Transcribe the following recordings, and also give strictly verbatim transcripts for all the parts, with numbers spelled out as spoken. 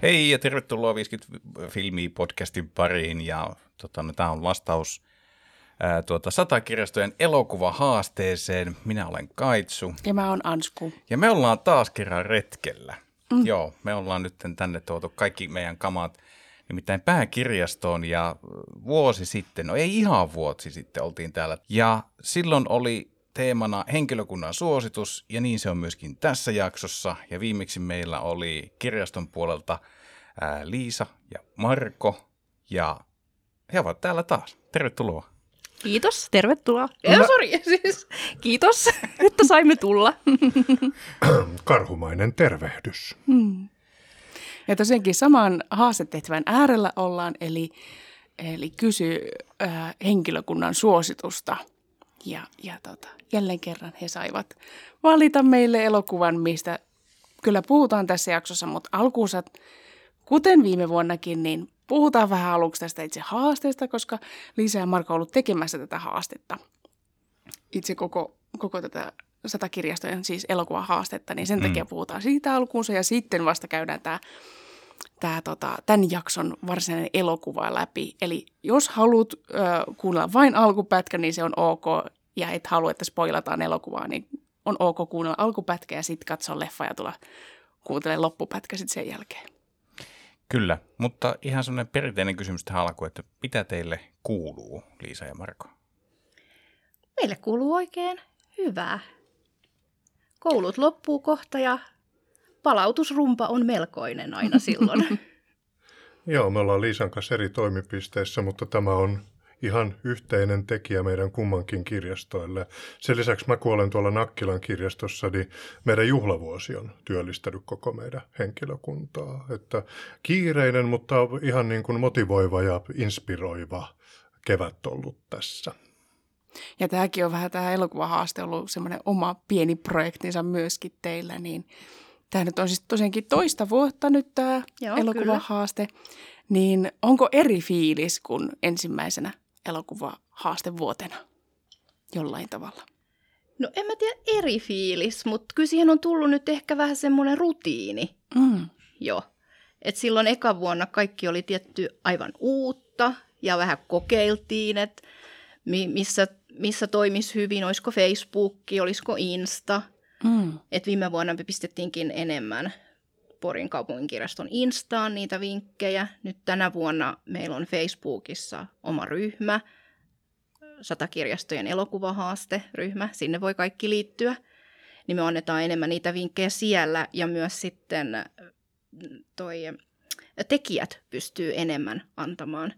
Hei ja tervetuloa viisikymmentä filmiä podcastin pariin ja tota, no, tämä on vastaus ää, tuota, sata kirjastojen elokuvahaasteeseen. Minä olen Kaitsu. Ja mä oon Ansku. Ja me ollaan taas kerran retkellä. Mm. Joo, me ollaan nyt tänne tuotu kaikki meidän kamat nimittäin pääkirjastoon ja vuosi sitten, no ei ihan vuosi sitten oltiin täällä. Ja silloin oli teemana henkilökunnan suositus, ja niin se on myöskin tässä jaksossa. Ja viimeksi meillä oli kirjaston puolelta ää, Liisa ja Marko, ja he ovat täällä taas. Tervetuloa. Kiitos, tervetuloa. Mä... Sori, siis kiitos, että saimme tulla. Karhumainen tervehdys. Hmm. Ja tosiaankin saman haastetehtävän äärellä ollaan, eli, eli kysy äh, henkilökunnan suositusta. Ja, ja tota, jälleen kerran he saivat valita meille elokuvan, mistä kyllä puhutaan tässä jaksossa, mutta alkuunsa, kuten viime vuonnakin, niin puhutaan vähän aluksi tästä itse haasteesta, koska Liisa ja Marko on ollut tekemässä tätä haastetta. Itse koko, koko tätä sata kirjastojen siis elokuvahaastetta, niin sen mm. takia puhutaan siitä alkuunsa ja sitten vasta käydään tämä Tämä, tota, tämän jakson varsinainen elokuva läpi. Eli jos haluat ö, kuunnella vain alkupätkä, niin se on ok. Ja et halua, että spoilataan elokuvaa, niin on ok kuunnella alkupätkä ja sitten katsoa leffa ja tulla kuuntelemaan loppupätkä sitten sen jälkeen. Kyllä, mutta ihan sellainen perinteinen kysymys tähän alkuun, että mitä teille kuuluu, Liisa ja Marko? Meille kuuluu oikein hyvää. Koulut loppuu kohta ja palautusrumpa on melkoinen aina silloin. Joo, me ollaan Liisan kanssa eri toimipisteissä, mutta tämä on ihan yhteinen tekijä meidän kummankin kirjastoille. Sen lisäksi mä kuolen tuolla Nakkilan kirjastossa, niin meidän juhlavuosi on työllistänyt koko meidän henkilökuntaa. Että kiireinen, mutta ihan niin kuin motivoiva ja inspiroiva kevät ollut tässä. Ja tämäkin on vähän tämä elokuvahaaste ollut semmoinen oma pieni projektinsa myöskin teillä, niin tämä nyt on siis tosiaankin toista vuotta nyt tämä Joo, elokuvahaaste, kyllä. Niin onko eri fiilis kuin ensimmäisenä elokuvahaastevuotena jollain tavalla? No en mä tiedä eri fiilis, mutta kyllä siihen on tullut nyt ehkä vähän semmoinen rutiini mm. jo. Että silloin eka vuonna kaikki oli tietty aivan uutta ja vähän kokeiltiin, että missä, missä toimisi hyvin, olisiko Facebook, olisiko Insta. Mm. Et viime vuonna me pistettiinkin enemmän Porin kaupunginkirjaston Instaan niitä vinkkejä. Nyt tänä vuonna meillä on Facebookissa oma ryhmä, sata kirjastojen elokuvahaaste-ryhmä. Sinne voi kaikki liittyä. Niin me annetaan enemmän niitä vinkkejä siellä ja myös sitten toi, tekijät pystyy enemmän antamaan.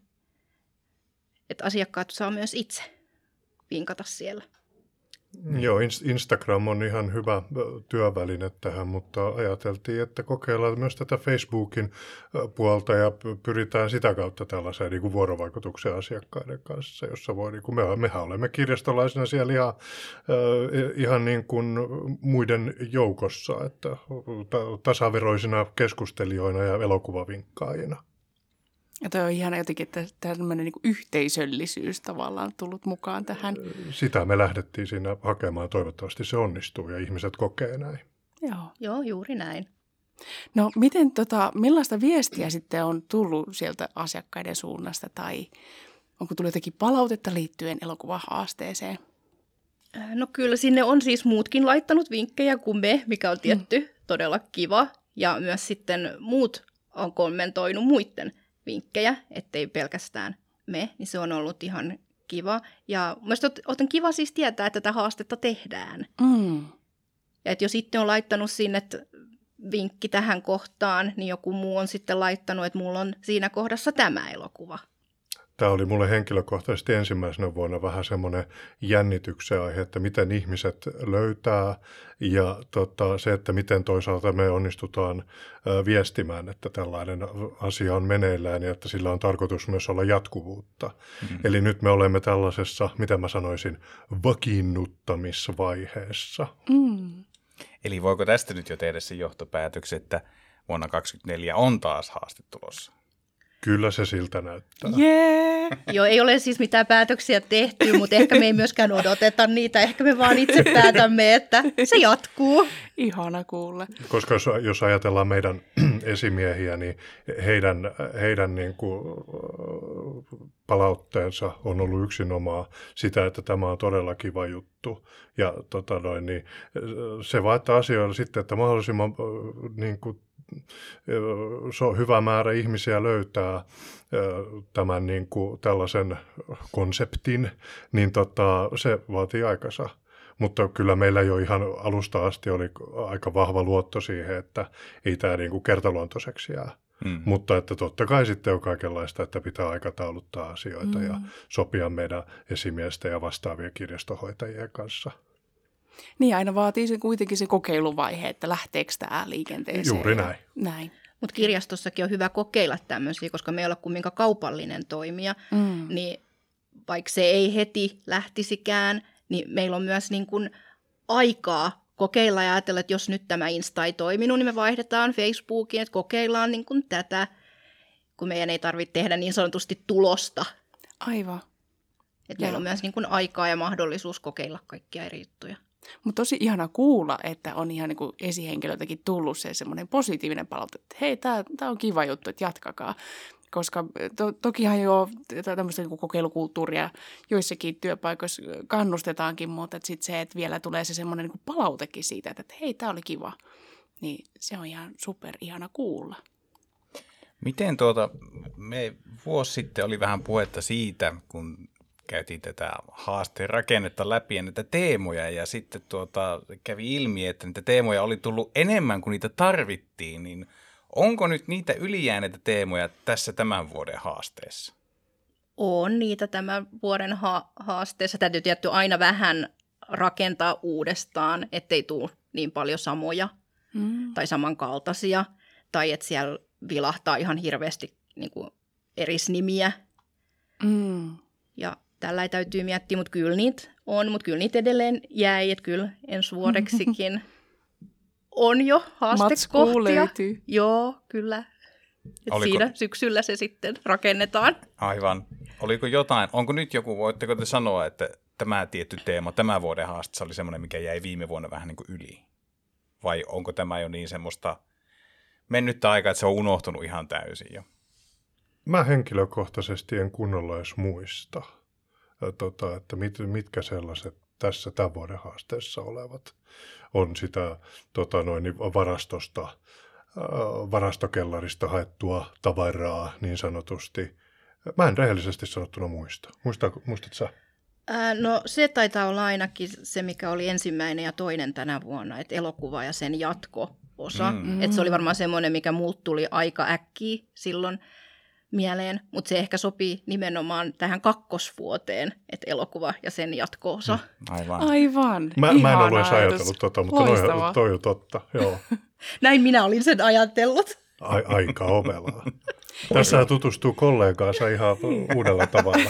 Et asiakkaat saa myös itse vinkata siellä. Joo, Instagram on ihan hyvä työväline tähän, mutta ajateltiin, että kokeillaan myös tätä Facebookin puolta ja pyritään sitä kautta tällaiseen niin kuin vuorovaikutukseen asiakkaiden kanssa, jossa voi, niin kuin me, mehän olemme kirjastolaisina siellä ihan, ihan niin kuin muiden joukossa, että tasaveroisina keskustelijoina ja elokuvavinkkaajina. Ja toi on ihana jotenkin, että tämmöinen niin kuin yhteisöllisyys tavallaan tullut mukaan tähän. Sitä me lähdettiin siinä hakemaan. Toivottavasti se onnistuu ja ihmiset kokee näin. Joo, Joo juuri näin. No miten, tota, millaista viestiä sitten on tullut sieltä asiakkaiden suunnasta tai onko tullut jotakin palautetta liittyen elokuvahaasteeseen? No kyllä sinne on siis muutkin laittanut vinkkejä kuin me, mikä on tietty mm. todella kiva. Ja myös sitten muut on kommentoinut muiden vinkkejä, ettei pelkästään me, niin se on ollut ihan kiva. Ja mielestäni on kiva siis tietää, että tätä haastetta tehdään. Mm. Ja että jos sitten on laittanut sinne vinkki tähän kohtaan, niin joku muu on sitten laittanut, että mulla on siinä kohdassa tämä elokuva. Tämä oli mulle henkilökohtaisesti ensimmäisenä vuonna vähän semmoinen jännityksen aihe, että miten ihmiset löytää ja tota, se, että miten toisaalta me onnistutaan ä, viestimään, että tällainen asia on meneillään ja että sillä on tarkoitus myös olla jatkuvuutta. Mm-hmm. Eli nyt me olemme tällaisessa, mitä mä sanoisin, vakiinnuttamisvaiheessa. Mm. Eli voiko tästä nyt jo tehdä se johtopäätöksen, että vuonna kaksikymmentäneljä on taas haaste tulossa? Kyllä se siltä näyttää. Jee! Joo, ei ole siis mitään päätöksiä tehty, mutta ehkä me ei myöskään odoteta niitä. Ehkä me vaan itse päätämme, että se jatkuu. Ihana kuulla. Koska jos, jos ajatellaan meidän esimiehiä, niin heidän, heidän niin kuin palautteensa on ollut yksinomaan sitä, että tämä on todella kiva juttu. Ja tota noin, niin se vaattaa asioilla sitten, että mahdollisimman niin kuin, se on hyvä määrä ihmisiä löytää tämän niin kuin tällaisen konseptin, niin tota, se vaatii aikansa. Mutta kyllä meillä jo ihan alusta asti oli aika vahva luotto siihen, että ei tämä niin kuin kertaluontoiseksi jää. Mm. Mutta että totta kai sitten on kaikenlaista, että pitää aikatauluttaa asioita mm. ja sopia meidän esimiesten ja vastaavien kirjastohoitajien kanssa. Niin, aina vaatii se kuitenkin se kokeiluvaihe, että lähteekö tämä liikenteeseen. Juuri näin. näin. Mutta kirjastossakin on hyvä kokeilla tämmöisiä, koska me ei olla kumminkaan kaupallinen toimija, mm. niin vaikka se ei heti lähtisikään, niin meillä on myös niin kuin aikaa kokeilla ja ajatella, että jos nyt tämä Insta ei toiminut, niin me vaihdetaan Facebookiin, että kokeillaan niin kuin tätä, kun meidän ei tarvitse tehdä niin sanotusti tulosta. Aivan. Että meillä on myös niin kuin aikaa ja mahdollisuus kokeilla kaikkia eri juttuja. Mutta tosi ihana kuulla, että on ihan niin kuin esihenkilöitäkin tullut se semmoinen positiivinen palaute, että hei, tämä on kiva juttu, että jatkakaa. Koska to, tokihan jo tämmöistä niin kuin kokeilukulttuuria joissakin työpaikoissa kannustetaankin, mutta sitten se, että vielä tulee se semmoinen niin kuin palautekin siitä, että, että hei, tämä oli kiva, niin se on ihan super ihana kuulla. Miten tuota, me vuosi sitten oli vähän puhetta siitä, kun käytiin tätä haasteen rakennetta läpi ja näitä teemoja ja sitten tuota, kävi ilmi, että niitä teemoja oli tullut enemmän kuin niitä tarvittiin, niin onko nyt niitä ylijääneitä teemoja tässä tämän vuoden haasteessa? On niitä tämän vuoden ha- haasteessa. Täytyy tietty aina vähän rakentaa uudestaan, ettei tule niin paljon samoja mm. tai samankaltaisia. Tai että siellä vilahtaa ihan hirveästi niin kuin erisnimiä. Mm. Ja tällä täytyy miettiä, mutta kyllä niitä on, mutta kyllä niitä edelleen jäi, että kyllä ensi vuodeksikin on jo haastekohtia. Joo, kyllä. Siinä syksyllä se sitten rakennetaan. Aivan. Oliko jotain, onko nyt joku, voitteko te sanoa, että tämä tietty teema, tämä vuoden haaste oli semmoinen, mikä jäi viime vuonna vähän niin kuin yli? Vai onko tämä jo niin semmoista mennyttä aikaa, että se on unohtunut ihan täysin jo? Mä henkilökohtaisesti en kunnolla edes muista, tota, että mit, mitkä sellaiset tässä tämän vuoden haasteessa olevat on sitä tota noin, varastosta, äh, varastokellarista haettua tavaraa niin sanotusti. Mä en rehellisesti sanottuna muista. Muista, muistatko sä? Ää, no se taitaa olla ainakin se, mikä oli ensimmäinen ja toinen tänä vuonna, että elokuva ja sen jatko-osa. Mm. Että se oli varmaan semmoinen, mikä multa tuli aika äkkiä silloin mieleen, mutta se ehkä sopii nimenomaan tähän kakkosvuoteen, että elokuva ja sen jatko-osa. Aivan. Aivan. Mä, mä en ollut edes ajatellut tota, mutta toi, toi on totta. Joo. Näin minä olin sen ajatellut. Ai, aika ovelaa. Tässä tutustuu kollegaansa ihan uudella tavalla.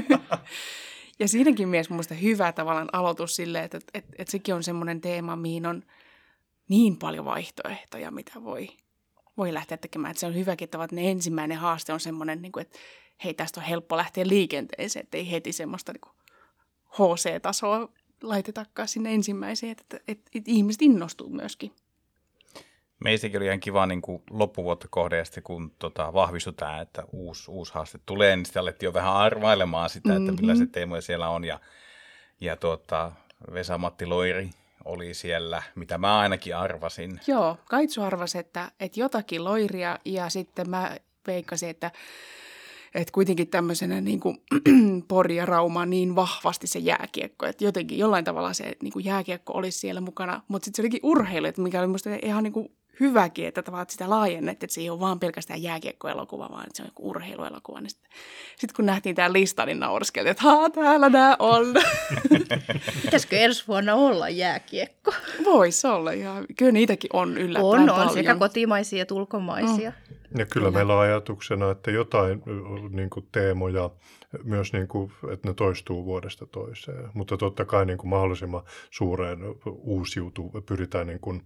Ja siinäkin mielessä minusta hyvä tavallaan aloitus silleen, että, että, että, että sekin on semmoinen teema, mihin on niin paljon vaihtoehtoja, mitä voi voi lähteä tekemään. Että se on hyväkin, että ne ensimmäinen haaste on semmoinen, että hei, tästä on helppo lähteä liikenteeseen, että ei heti semmoista niin H C-tasoa laitetakaan sinne ensimmäiseen, että, että, että, että ihmiset innostuu myöskin. Meistäkin oli ihan kiva niin kuin loppuvuotta kohde, ja sitten kun tota, vahvistui tämä, että uusi, uusi haaste tulee, niin sitten alettiin jo vähän arvailemaan sitä, että mm-hmm. millaisia teemoja siellä on. Ja, ja tuota, Vesa-Matti Loiri oli siellä, mitä mä ainakin arvasin. Joo, Kaitsu arvasi, että, että jotakin Loiria, ja sitten mä veikkasin, että, että kuitenkin tämmöisenä niin kuin Pori ja Rauma niin vahvasti se jääkiekko, että jotenkin jollain tavalla se niin kuin jääkiekko olisi siellä mukana, mutta sitten se olikin urheilu, että mikä oli musta ihan niin kuin hyväkin, että tavallaan sitä laajennettiin, että se ei ole vaan pelkästään jääkiekkoelokuva, vaan että se on joku urheiluelokuva. Niin sitten, sitten kun nähtiin tämä lista, niin naurskeltiin, että haa, täällä nämä on. Pitäisikö ensi vuonna olla jääkiekko? Voisi olla, ja kyllä niitäkin on yllättävän on, paljon. On, sekä kotimaisia että ulkomaisia. Mm. Ja kyllä, kyllä meillä on ajatuksena, että jotain niin kuin teemoja, myös niin kuin, että ne toistuu vuodesta toiseen. Mutta totta kai niin kuin mahdollisimman suureen uusiutuvuuteen pyritään niin kuin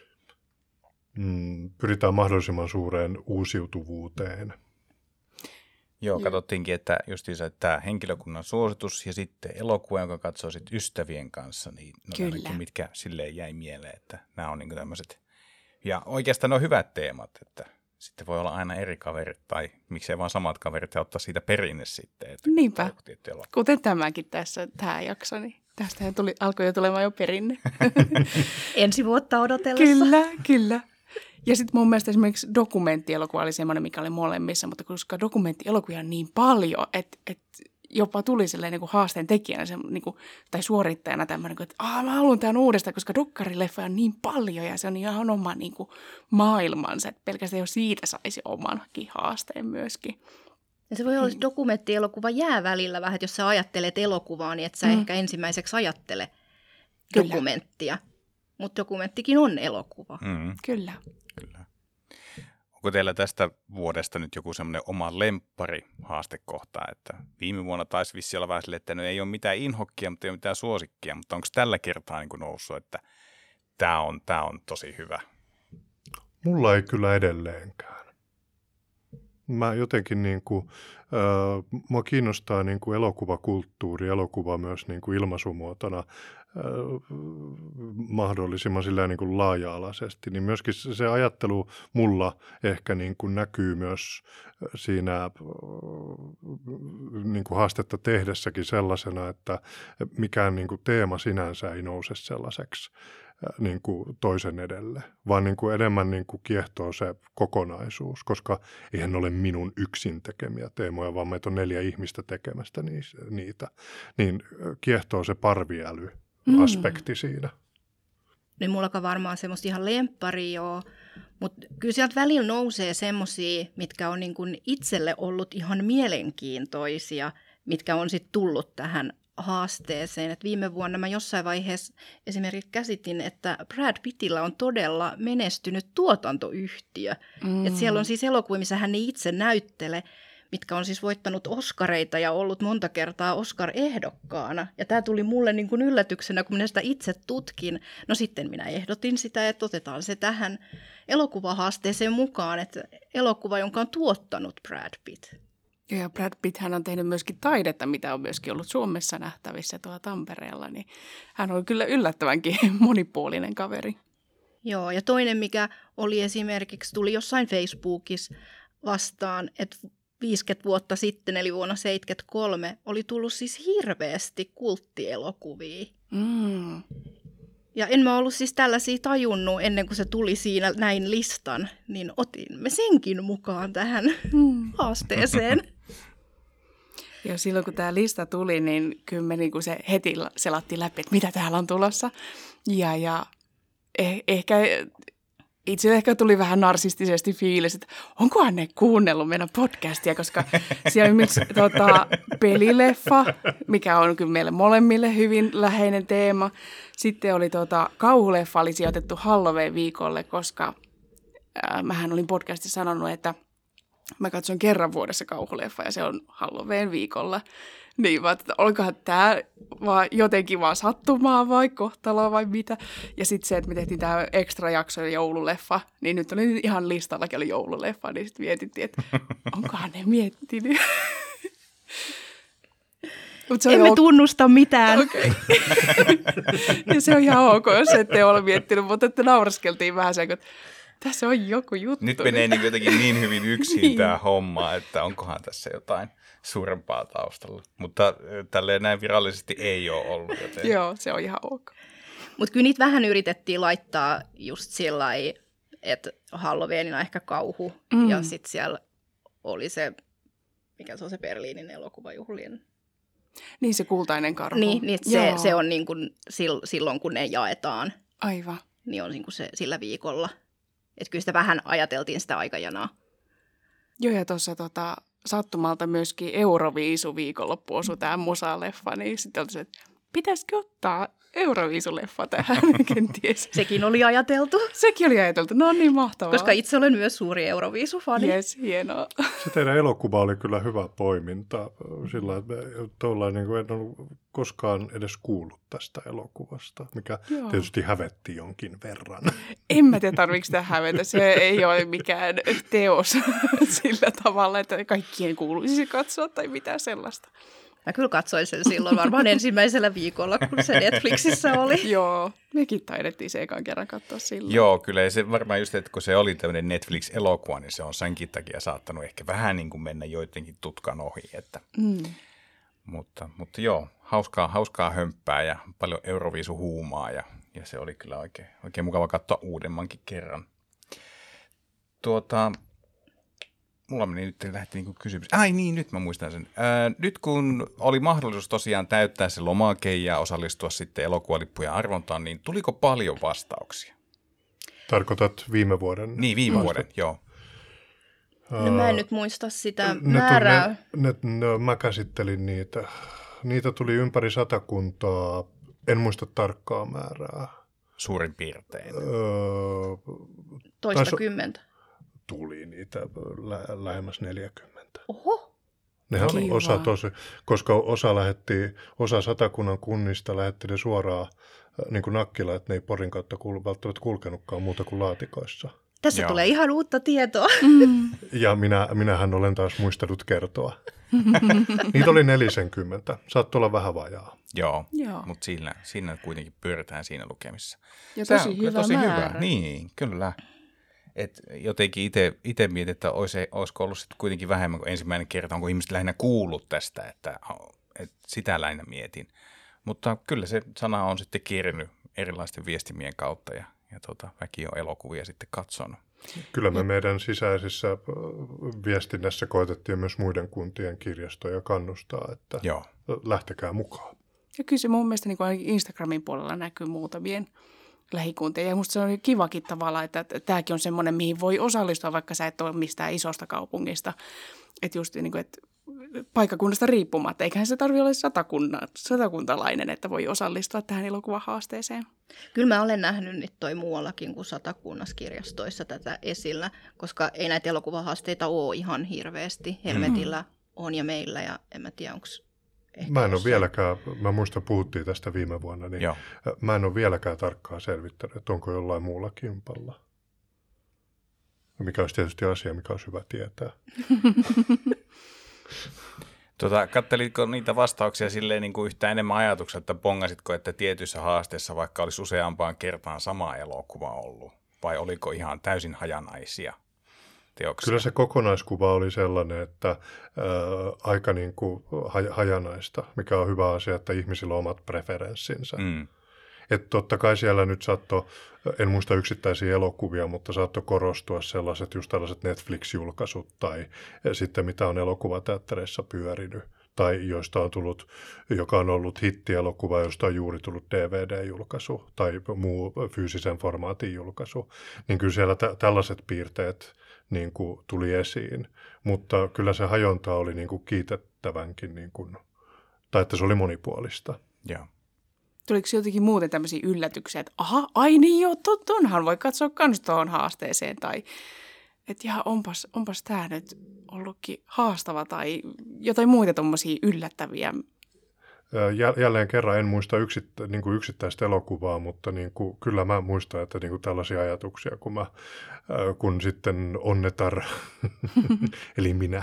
Mm, pyritään mahdollisimman suureen uusiutuvuuteen. Joo, katsottiinkin, että justiinsa että henkilökunnan suositus ja sitten elokuva, jonka katsoo sitten ystävien kanssa, niin ne on mitkä silleen jäi mieleen, että nämä on niin tämmöiset, ja oikeastaan ne on hyvät teemat, että sitten voi olla aina eri kaverit tai miksei vaan samat kaverit ja ottaa siitä perinne sitten. Että Niinpä, kuten tämäkin tässä, tämä jakso, niin tästähän tuli, alkoi jo tulemaan jo perinne. Ensi vuotta odotellessa. Kyllä, kyllä. Ja sitten mun mielestä esimerkiksi dokumenttielokuva oli semmoinen, mikä oli molemmissa, mutta koska dokumenttielokuvia on niin paljon, että et jopa tuli silleen niin kuin haasteen tekijänä se, niin kuin, tai suorittajana tämmöinen, että Aa, mä haluan tämän uudestaan, koska dokkarileffa on niin paljon ja se on ihan oma niin kuin, maailmansa, että pelkästään jo siitä saisi omankin haasteen myöskin. Ja se voi olla, että dokumenttielokuva jää välillä vähän, että jos sä ajattelet elokuvaa, niin et sä mm. ehkä ensimmäiseksi ajattele Kyllä. dokumenttia. Mutta dokumenttikin on elokuva. Mm. Kyllä. Kyllä. Onko teillä tästä vuodesta nyt joku semmoinen oma lemppari haastekohta, että viime vuonna taisi vissi olla vähän silleen, että no ei ole mitään inhokkia, mutta ei ole mitään suosikkia, mutta onko tällä kertaa niin kuin noussut, että tämä on, tämä on tosi hyvä? Mulla ei kyllä edelleenkään. Mä jotenkin niin kuin, äh, mua kiinnostaa niin kuin elokuvakulttuuri, elokuva myös niin kuin ilmaisumuotona äh, mahdollisimman sillä niin kuin laaja-alaisesti. Niin myöskin se ajattelu mulla ehkä niin kuin näkyy myös siinä äh, niin kuin haastetta tehdessäkin sellaisena, että mikään niin kuin teema sinänsä ei nouse sellaiseksi niin kuin toisen edelle, vaan niin kuin enemmän niin kuin kiehtoo se kokonaisuus, koska eihän ole minun yksin tekemiä teemoja, vaan meitä on neljä ihmistä tekemästä niitä, niin kiehtoo se parviäly-aspekti mm. siinä. Niin mullakaan varmaan semmoista ihan lempparia joo, mutta kyllä sieltä välillä nousee semmoisia, mitkä on niin kuin itselle ollut ihan mielenkiintoisia, mitkä on sitten tullut tähän haasteeseen. Et viime vuonna mä jossain vaiheessa esimerkiksi käsitin, että Brad Pittillä on todella menestynyt tuotantoyhtiö. Mm. Et siellä on siis elokuvia, missä hän ei itse näyttele, mitkä on siis voittanut Oscareita ja ollut monta kertaa Oscar-ehdokkaana. Ja tämä tuli mulle niin kuin yllätyksenä, kun minä sitä itse tutkin. No sitten minä ehdotin sitä, että otetaan se tähän elokuvahaasteeseen mukaan, että elokuva, jonka on tuottanut Brad Pitt. Ja Brad Pitt hän on tehnyt myöskin taidetta, mitä on myöskin ollut Suomessa nähtävissä tuolla Tampereella, niin hän on kyllä yllättävänkin monipuolinen kaveri. Joo, ja toinen, mikä oli esimerkiksi, tuli jossain Facebookissa vastaan, että viisikymmentä vuotta sitten, eli vuonna seitsemänkymmentäkolme, oli tullut siis hirveästi kulttielokuvia. Mm. Ja en mä ollut siis tällaisia tajunnut ennen kuin se tuli siinä näin listan, niin otimme senkin mukaan tähän mm. haasteeseen. Ja silloin kun tämä lista tuli, niin kyllä me niin kuin se heti selattiin läpi, että mitä täällä on tulossa. Ja, ja eh, ehkä itse ehkä tuli vähän narsistisesti fiilis, että onkohan ne kuunnellut meidän podcastia, koska siellä on myös tota, pelileffa, mikä on kyllä meille molemmille hyvin läheinen teema. Sitten oli tota, kauhuleffa, oli sijoitettu Halloween-viikolle, koska ää, mähän olin podcastissa sanonut, että mä katson kerran vuodessa kauhuleffa ja se on Halloween-viikolla. Niin vaan, että olikohan tämä vaan jotenkin vaan sattumaa vai kohtaloa vai mitä. Ja sitten se, että me tehtiin tämä ekstra jakso ja joululeffa, niin nyt oli ihan listallakin oli joululeffa, niin sitten mietittiin, että onkohan ne miettinyt. Emme ok. tunnusta mitään. Okay. Ja se on ihan ok, jos ette ole miettinyt, mutta että nauraskeltiin vähän sen, että tässä on joku juttu. Nyt menee niin jotenkin niin hyvin yksin niin. Tämä homma, että onkohan tässä jotain suurempaa taustalla. Mutta tälleen näin virallisesti ei ole ollut. Joten... Joo, se on ihan ok. Mutta kyllä niitä vähän yritettiin laittaa just sillä lailla, että Halloweenina ehkä kauhu. Mm. Ja sitten siellä oli se, mikä se on se Berliinin elokuvajuhlien. Niin se kultainen karhu. Niin, niin se, se on niin kuin silloin, kun ne jaetaan. Aivan. Niin on niin kuin se sillä viikolla. Että kyllä sitä vähän ajateltiin sitä aikajanaa. Joo, ja tuossa tota, sattumalta myöskin Euroviisu-viikonloppu osui tämä musaleffa, niin sitten oli se, että pitäisikö ottaa Euroviisu-leffa tähän, kenties. Sekin oli ajateltu. Sekin oli ajateltu, no niin mahtavaa. Koska itse olen myös suuri Euroviisu-fani. Jes, hienoa. Se teidän elokuva oli kyllä hyvä poiminta, sillä että niin kuin en ollut koskaan edes kuullut tästä elokuvasta, mikä Joo. tietysti hävetti jonkin verran. En mä tiedä, tarvitseeko sitä hävetä. Se ei ole mikään teos sillä tavalla, että kaikkien kuuluisi katsoa tai mitään sellaista. Mä kyllä katsoin sen silloin varmaan ensimmäisellä viikolla, kun se Netflixissä oli. Joo, mekin taidettiin se ekan kerran katsoa silloin. Joo, kyllä se varmaan just, että kun se oli tämmöinen Netflix-elokuva, niin se on senkin takia saattanut ehkä vähän niin kuin mennä joidenkin tutkan ohi. Että. Mm. Mutta, mutta joo, hauskaa, hauskaa hömppää ja paljon Euroviisuhuumaa ja, ja se oli kyllä oikein, oikein mukava katsoa uudemmankin kerran. Tuota... Mulla meni nyt, lähti niin kuin kysymys. Ai niin, nyt mä muistan sen. Ää, nyt kun oli mahdollisuus tosiaan täyttää se lomake ja osallistua sitten elokuvalippujen arvontaan, niin tuliko paljon vastauksia? Tarkoitat viime vuoden? Niin, viime vuoden, joo. No mä en nyt muista sitä ne määrää. Ne, ne, no, mä käsittelin niitä. Niitä tuli ympäri satakuntaa. En muista tarkkaa määrää. Suurin piirtein. Öö, Toista taisi... kymmentä. Tuli niitä lä- lähemmäs neljäkymmentä. Oho. Nehän Kiva. osa tosi, koska osa lähetti, osa satakunnan kunnista lähetti ne suoraan niin kuin Nakkila, että ne ei Porin kautta kuulu, välttämättä kulkenutkaan muuta kuin laatikoissa. Tässä Joo. tulee ihan uutta tietoa. Mm. Ja minä, minähän olen taas muistanut kertoa. Niitä oli nelisenkymmentä. Saattoi olla vähän vajaa. Joo, Joo. mutta siinä, siinä kuitenkin pyöritään siinä lukemissa. Ja Se tosi on kyllä hyvä tosi määrä. hyvä. Niin, kyllä. Et jotenkin itse mietin, että olisi, olisiko ollut sitten kuitenkin vähemmän kuin ensimmäinen kerta, onko ihmiset lähinnä kuullut tästä, että, että sitä lähinnä mietin. Mutta kyllä se sana on sitten kiernyt erilaisten viestimien kautta ja, ja tota, väki on elokuvia sitten katsonut. Kyllä me meidän sisäisissä äh, viestinnässä koetettiin myös muiden kuntien kirjastoja kannustaa, että Joo. lähtekää mukaan. Ja kyllä se mun mielestä niin kuin Instagramin puolella näkyy muutamien lähikuntien. Ja musta se on kivakin tavalla, että tämäkin on semmoinen, mihin voi osallistua, vaikka sä et ole mistään isosta kaupungista. Että just niin kuin, että paikkakunnasta riippumatta. Eiköhän se tarvitse olla satakunta, satakuntalainen, että voi osallistua tähän elokuvahaasteeseen. Kyllä mä olen nähnyt nyt toi muuallakin kuin Satakunnassa kirjastoissa tätä esillä, koska ei näitä elokuvahaasteita ole ihan hirveästi. Helmetillä mm. on ja meillä ja en mä tiedä, onko Mä en ole vieläkään, mä muistan puhuttiin tästä viime vuonna, niin Joo. mä en ole vieläkään tarkkaan selvittänyt, että onko jollain muulla kimpalla. Mikä olisi tietysti asia, mikä olisi hyvä tietää. Tota, kattelitko niitä vastauksia silleen niin kuin yhtään enemmän ajatuksia, että pongasitko, että tietyissä haasteissa vaikka olisi useampaan kertaan sama elokuva ollut? Vai oliko ihan täysin hajanaisia teoksia? Kyllä se kokonaiskuva oli sellainen, että ää, aika niin kuin haj- hajanaista, mikä on hyvä asia, että ihmisillä on omat preferenssinsä. Mm. Että totta kai siellä nyt saattoi, en muista yksittäisiä elokuvia, mutta saattoi korostua sellaiset just tällaiset Netflix-julkaisut tai sitten mitä on elokuvateattereissa pyörinyt tai joista on tullut, joka on ollut hittielokuva, josta on juuri tullut D V D-julkaisu tai muu fyysisen formaatin julkaisu, niin kyllä siellä tä- tällaiset piirteet niin kuin tuli esiin, mutta kyllä se hajonta oli niin kuin kiitettävänkin, niin kuin, tai että se oli monipuolista. Joo. Tuliko jotenkin muuten tämmöisiä yllätyksiä, että aha, ai niin joo, tonhan voi katsoa kans tuohon haasteeseen, tai että ihan onpas, onpas tämä nyt ollutkin haastava, tai jotain muita tommosia yllättäviä. Jälleen kerran en muista yksittä, niin kuin yksittäistä elokuvaa, mutta niin kuin, kyllä mä muistan, että niin kuin tällaisia ajatuksia, kun, mä, kun sitten Onnetar, eli minä,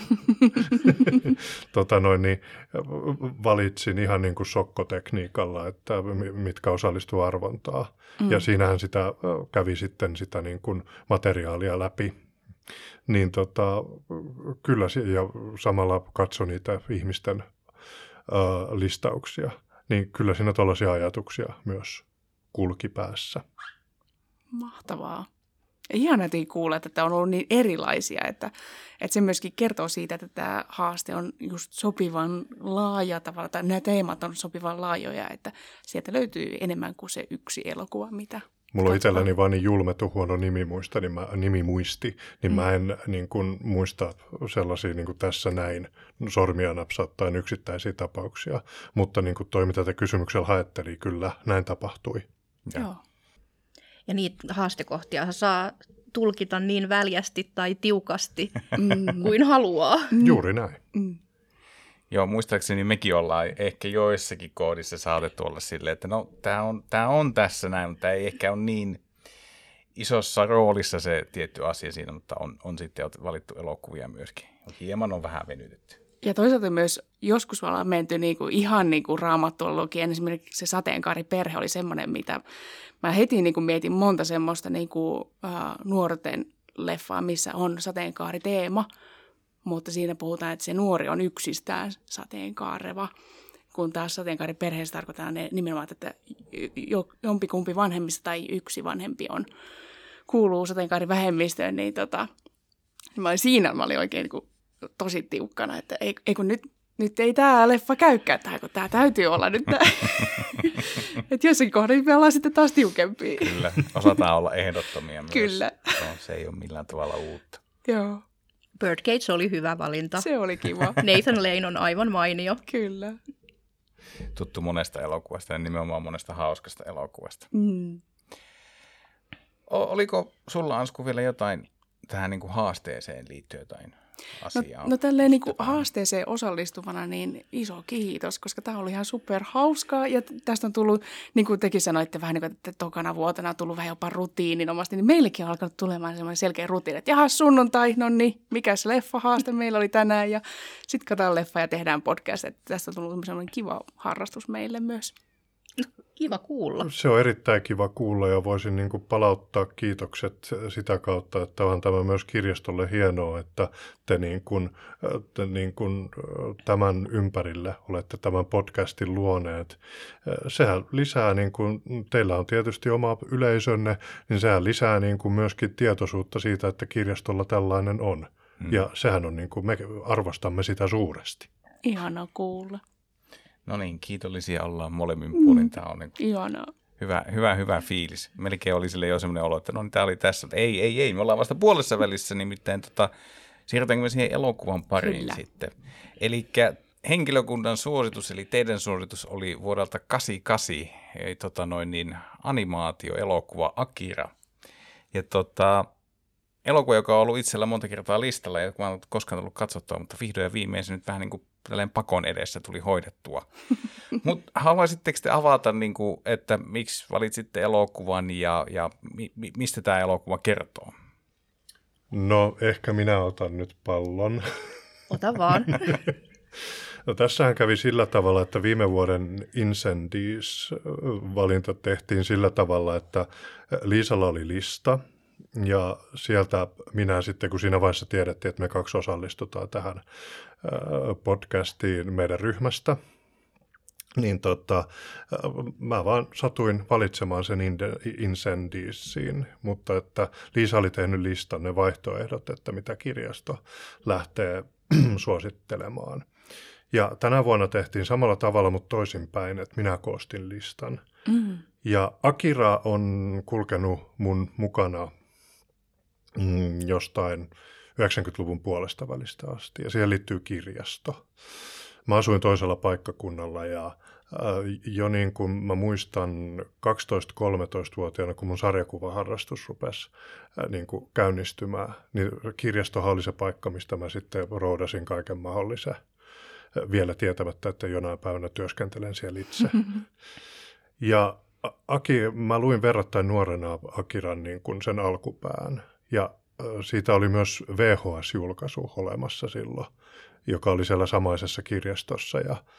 tota noin, niin valitsin ihan niin kuin sokkotekniikalla, että mitkä osallistuu arvontaan. Mm. Ja siinähän sitä kävi sitten sitä niin kuin materiaalia läpi. Niin tota, kyllä, ja samalla katsoi niitä ihmisten Uh, listauksia, niin kyllä siinä tällaisia ajatuksia myös kulki päässä. Mahtavaa. Ihanaa kuulla, että tämä on ollut niin erilaisia, että, että se myöskin kertoo siitä, että tämä haaste on just sopivan laaja tavalla, tai nämä teemat on sopivan laajoja, että sieltä löytyy enemmän kuin se yksi elokuva, mitä Mulla on itselläni vaan niin julmettu huono nimimuista, niin mä, nimimuisti, niin mm. mä en niin kuin, muista sellaisia niin kuin tässä näin sormia napsauttaen yksittäisiä tapauksia. Mutta niin kuin toi, mitä te kysymyksellä haetteli, kyllä näin tapahtui. Ja. Joo. Ja niitä haastekohtia saa tulkita niin väljästi tai tiukasti mm. kuin haluaa. Mm. Juuri näin. Mm. Joo, muistaakseni mekin ollaan ehkä joissakin koodissa saatettu olla silleen, että no tämä on, tää on tässä näin, mutta ei ehkä ole niin isossa roolissa se tietty asia siinä, mutta on, on sitten valittu elokuvia myöskin. Hieman on vähän venytetty. Ja toisaalta myös joskus ollaan menty niinku ihan niinku raamattuologiaan. Esimerkiksi se sateenkaariperhe oli semmoinen, mitä mä heti niinku mietin monta semmoista niinku, äh, nuorten leffaa, missä on sateenkaariteema. Mutta siinä puhutaan, että se nuori on yksistään sateenkaareva. Kun taas sateenkaariperheessä tarkoittaa ne nimenomaan, että jompikumpi vanhemmista tai yksi vanhempi on, kuuluu sateenkaarivähemmistöön. Niin tota, mä olin siinä mä olin oikein niin tosi tiukkana, että ei, ei kun nyt, nyt ei tämä leffa käykään tähän, kun tämä täytyy olla nyt tämä. Että jossakin kohdassa me ollaan sitten taas tiukempia. Kyllä, osataan olla ehdottomia myös. Kyllä. No, se ei ole millään tavalla uutta. Joo. Birdcage oli hyvä valinta. Se oli kiva. Nathan Lane on aivan mainio. Kyllä. Tuttu monesta elokuvasta ja nimenomaan monesta hauskasta elokuvasta. Mm. O- oliko sulla, Ansku, vielä jotain tähän niin kuin haasteeseen liittyen jotain asiaa? No, no tälleen niin kuin haasteeseen osallistuvana niin iso kiitos, koska tämä oli ihan super hauskaa ja tästä on tullut, niin kuin tekin sanoitte vähän niin kuin, että tokana vuotena on tullut vähän jopa rutiininomasti, niin meillekin on alkanut tulemaan semmoinen selkeä rutiini, että jaha sunnuntai, no niin, mikäs leffahaaste meillä oli tänään ja sitten katsotaan leffa ja tehdään podcast, että tästä on tullut semmoinen kiva harrastus meille myös. Kiva kuulla. Se on erittäin kiva kuulla ja voisin niin kuin palauttaa kiitokset sitä kautta, että on tämä myös kirjastolle hienoa, että te, niin kuin, te niin kuin tämän ympärille olette tämän podcastin luoneet. Sehän lisää, niin kuin, teillä on tietysti oma yleisönne, niin sehän lisää niin kuin myöskin tietoisuutta siitä, että kirjastolla tällainen on. Hmm. Ja sehän on, niin kuin, me arvostamme sitä suuresti. Ihana kuulla. No niin, kiitollisia ollaan molemmin puolin. Tämä on niin Ihanaa. hyvä, hyvä, hyvä fiilis. Melkein oli sille jo semmoinen olo, että no niin, tämä oli tässä. Ei, ei, ei, me ollaan vasta puolessa välissä, nimittäin tota, siirrytäänkö me siihen elokuvan pariin Kyllä. sitten. Eli henkilökunnan suositus, eli teidän suositus oli vuodelta kahdeksankymmentäkahdeksan, eli tota noin niin, animaatioelokuva Akira. Ja tota, elokuva, joka on ollut itsellä monta kertaa listalla, ja mä en ole koskaan tullut katsottua, mutta vihdoin ja viimein se nyt vähän niin kuin tälleen pakon edessä tuli hoidettua. Mutta haluaisitteko te avata, niin kuin, että miksi valitsitte elokuvan ja, ja mi, mi, mistä tämä elokuva kertoo? No ehkä minä otan nyt pallon. Ota vaan. No, tässähän kävi sillä tavalla, että viime vuoden Incendies-valinta tehtiin sillä tavalla, että Liisalla oli lista. Ja sieltä minä sitten, kun siinä vaiheessa tiedettiin, että me kaksi osallistutaan tähän podcastiin meidän ryhmästä, niin tota, mä vaan satuin valitsemaan sen Incendiesin, mutta että Liisa oli tehnyt listan ne vaihtoehdot, että mitä kirjasto lähtee suosittelemaan. Ja tänä vuonna tehtiin samalla tavalla, mutta toisinpäin, että minä koostin listan. Mm. Ja Akira on kulkenut mun mukana mm, jostain yhdeksänkymmentäluvun puolesta välistä asti, ja siihen liittyy kirjasto. Mä asuin toisella paikkakunnalla, ja äh, jo niin kuin mä muistan kaksitoista-kolmetoista-vuotiaana, kun mun sarjakuvaharrastus rupesi äh, niin kuin käynnistymään, niin kirjastohan oli se paikka, mistä mä sitten roudasin kaiken mahdollisen, äh, vielä tietämättä, että jonain päivänä työskentelen siellä itse. Ja Aki, mä luin verrattain nuorena Akiran niin kuin sen alkupään, ja siitä oli myös V H S-julkaisu olemassa silloin, joka oli siellä samaisessa kirjastossa, ja äh,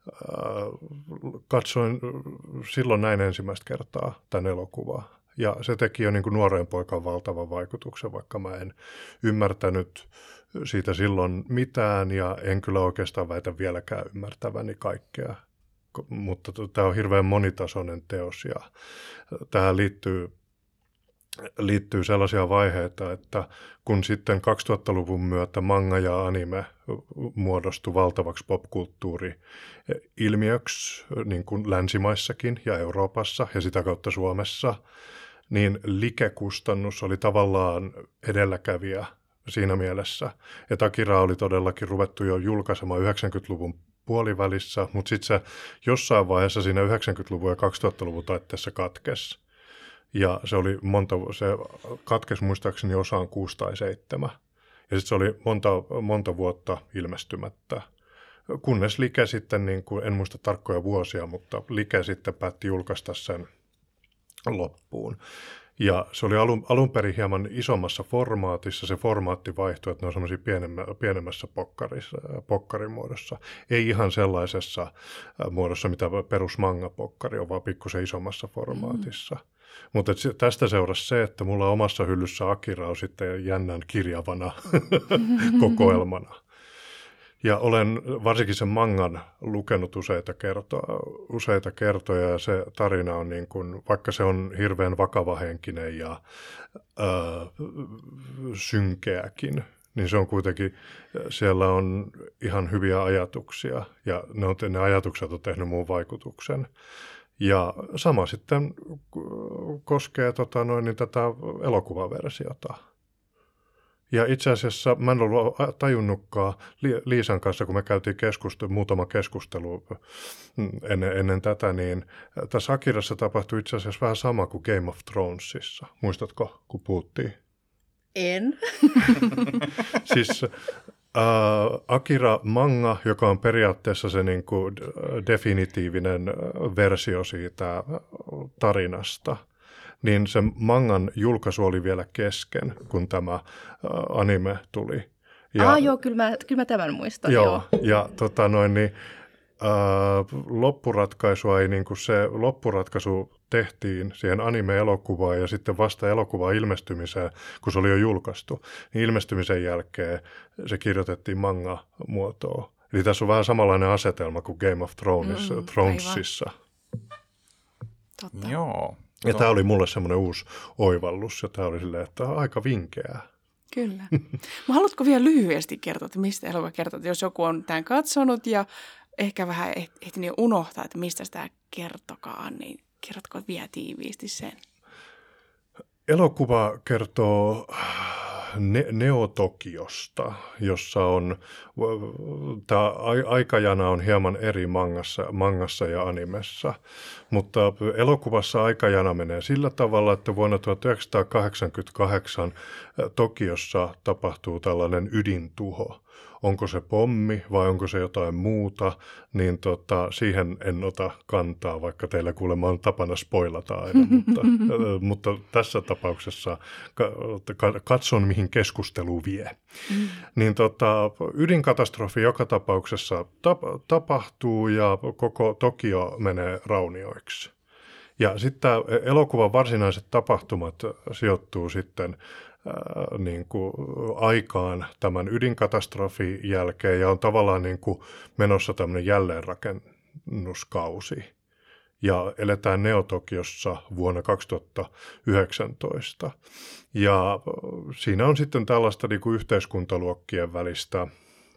katsoin silloin näin ensimmäistä kertaa tämän elokuvaa. Ja se teki jo niin kuin nuoren poikan valtavan vaikutuksen, vaikka mä en ymmärtänyt siitä silloin mitään, ja en kyllä oikeastaan väitä vieläkään ymmärtäväni kaikkea. Mutta tämä on hirveän monitasoinen teos, ja tähän liittyy liittyy sellaisia vaiheita, että kun sitten kaksituhattaluvun myötä manga ja anime muodostui valtavaksi popkulttuuri-ilmiöksi niin kuin länsimaissakin ja Euroopassa ja sitä kautta Suomessa, niin likekustannus oli tavallaan edelläkävijä siinä mielessä, että Akira oli todellakin ruvettu jo julkaisemaan yhdeksänkymmentäluvun puolivälissä, mutta sitten se jossain vaiheessa siinä yhdeksänkymmentäluvun ja kaksituhattaluvun taitteessa katkesi. Ja se oli monta, se katkesi muistaakseni osaan kuusi tai seitsemän. Ja sitten se oli monta, monta vuotta ilmestymättä. Kunnes Like sitten, niin kuin, en muista tarkkoja vuosia, mutta Like sitten päätti julkaista sen loppuun. Ja se oli alun, alun perin hieman isommassa formaatissa. Se formaatti vaihtui, että ne on semmoisia pienemmä, pienemmässä pokkarissa, pokkarimuodossa. Ei ihan sellaisessa muodossa, mitä perus manga-pokkari on, vaan pikkusen isommassa formaatissa. Mm. Mutta tästä seurasi se, että mulla omassa hyllyssä Akira on sitten jännän kirjavana kokoelmana. Ja olen varsinkin sen mangan lukenut useita, kerto, useita kertoja ja se tarina on niin kuin, vaikka se on hirveän vakavahenkinen ja ää, synkeäkin, niin se on kuitenkin, siellä on ihan hyviä ajatuksia ja ne, on, ne ajatukset on tehnyt muun vaikutuksen. Ja sama sitten koskee tota noin, niin tätä elokuvaversiota. Ja itse asiassa mä en ollut tajunnutkaan Liisan kanssa, kun me käytiin keskustelu, muutama keskustelu ennen, ennen tätä, niin tässä Akirassa tapahtui itse asiassa vähän sama kuin Game of Thronesissa. Muistatko, kun puhuttiin? En. Siis äh, Akira manga, joka on periaatteessa se niin kuin definitiivinen versio siitä tarinasta, niin se mangan julkaisu oli vielä kesken, kun tämä ä, anime tuli. Ja, ah joo, kyllä mä, kyllä mä tämän muistan. Joo, joo. ja tota noin, niin, ä, loppuratkaisua ei, niin kuin se loppuratkaisu tehtiin siihen anime-elokuvaan ja sitten vasta elokuvan ilmestymiseen, kun se oli jo julkaistu, niin ilmestymisen jälkeen se kirjoitettiin manga-muotoon. Eli tässä on vähän samanlainen asetelma kuin Game of Thrones, mm, Thronesissa. Totta. Joo. Ja tämä oli mulle semmoinen uusi oivallus, ja tämä oli silleen, että aika vinkeää. Kyllä. Mä haluatko vielä lyhyesti kertoa, että mistä elokuva kertoo, jos joku on tämän katsonut ja ehkä vähän ehtinyt unohtaa, että mistä sitä kertokaan, niin kerrotko vielä tiiviisti sen? Elokuva kertoo ne- Neo-Tokiosta, jossa on, tämä aikajana on hieman eri mangassa, mangassa ja animessa, mutta elokuvassa aikajana menee sillä tavalla, että vuonna tuhatyhdeksänsataakahdeksankymmentäkahdeksan Tokiossa tapahtuu tällainen ydintuho. Onko se pommi vai onko se jotain muuta, niin tota, siihen en ota kantaa, vaikka teillä kuulemma on tapana spoilata aina, mutta, mutta tässä tapauksessa katson, mihin keskustelu vie. Mm. Niin tota, ydinkatastrofi joka tapauksessa tap- tapahtuu ja koko Tokio menee raunioiksi. Ja sitten elokuvan varsinaiset tapahtumat sijoittuu sitten niin kuin aikaan tämän ydinkatastrofin jälkeen ja on tavallaan niin kuin menossa tämmöinen jälleenrakennuskausi. Ja eletään Neo-Tokiossa vuonna kaksituhattayhdeksäntoista. Ja siinä on sitten tällaista niin kuin yhteiskuntaluokkien välistä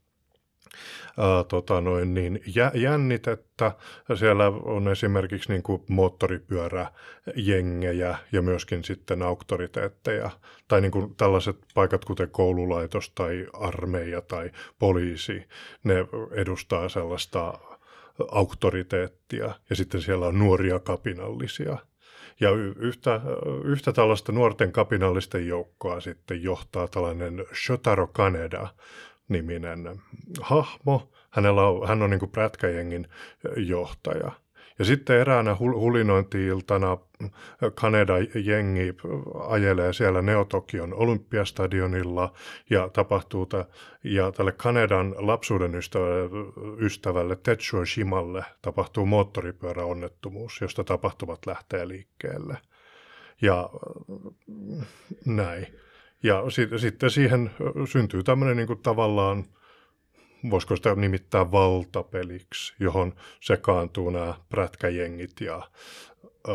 Ää, tota noin, niin jännitettä. Siellä on esimerkiksi niin kuin moottoripyöräjengejä ja myöskin sitten auktoriteetteja. Tai niin kuin tällaiset paikat, kuten koululaitos tai armeija tai poliisi, ne edustaa sellaista auktoriteettia. Ja sitten siellä on nuoria kapinallisia. Ja yhtä, yhtä tällaista nuorten kapinallisten joukkoa sitten johtaa tällainen Shotaro Kaneda niminen hahmo. Hänellä on, hän on niin kuin prätkäjengin johtaja. Ja sitten eräänä hulinointi-iltana Kaneda-jengi ajelee siellä Neo-Tokion olympiastadionilla ja tapahtuu ta, ja tälle Kanedan lapsuuden ystävälle, ystävälle Tetsuo Shimalle tapahtuu moottoripyöräonnettomuus, josta tapahtumat lähtee liikkeelle. Ja näin. Ja sit, sitten siihen syntyy tämmöinen niin kuin tavallaan, voisiko sitä nimittää valtapeliksi, johon sekaantuu nämä prätkäjengit ja ää,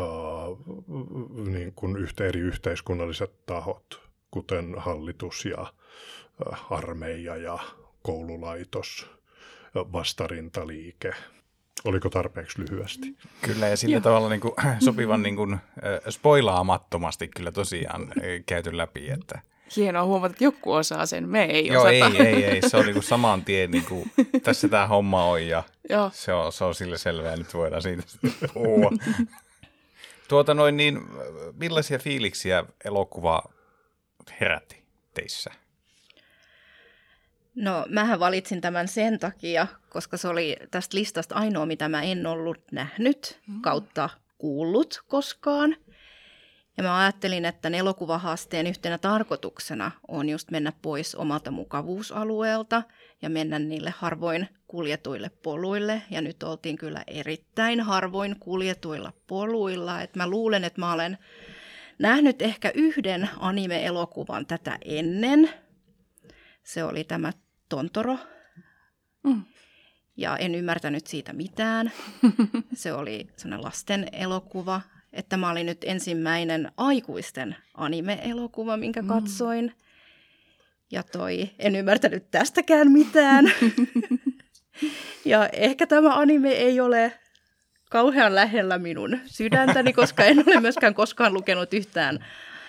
niin kuin yhtä eri yhteiskunnalliset tahot, kuten hallitus ja ää, armeija ja koululaitos, vastarintaliike. Oliko tarpeeksi lyhyesti? Kyllä, ja sillä tavalla niin kuin, sopivan niin kuin, spoilaamattomasti kyllä tosiaan käyty läpi, että hienoa huomata, että joku osaa sen, me ei Joo, osata. ei, ei, ei. Se on niin kuin saman tien, niin kuin, tässä tämä homma on ja se on, se on sille selvää, ja nyt voidaan siitä sitten puhua. Tuota noin, niin millaisia fiiliksiä elokuva herätti teissä? No, mähän valitsin tämän sen takia, koska se oli tästä listasta ainoa, mitä mä en ollut nähnyt kautta kuullut koskaan. Ja mä ajattelin, että elokuvahaasteen yhtenä tarkoituksena on just mennä pois omalta mukavuusalueelta ja mennä niille harvoin kuljetuille poluille. Ja nyt oltiin kyllä erittäin harvoin kuljetuilla poluilla. Et mä luulen, että mä olen nähnyt ehkä yhden anime-elokuvan tätä ennen. Se oli tämä Tontoro. Mm. Ja en ymmärtänyt siitä mitään. Se oli sellainen lasten elokuva. Että mä olin nyt ensimmäinen aikuisten anime-elokuva, minkä katsoin. Mm. Ja toi, en ymmärtänyt tästäkään mitään. Ja ehkä tämä anime ei ole kauhean lähellä minun sydäntäni, koska en ole myöskään koskaan lukenut yhtään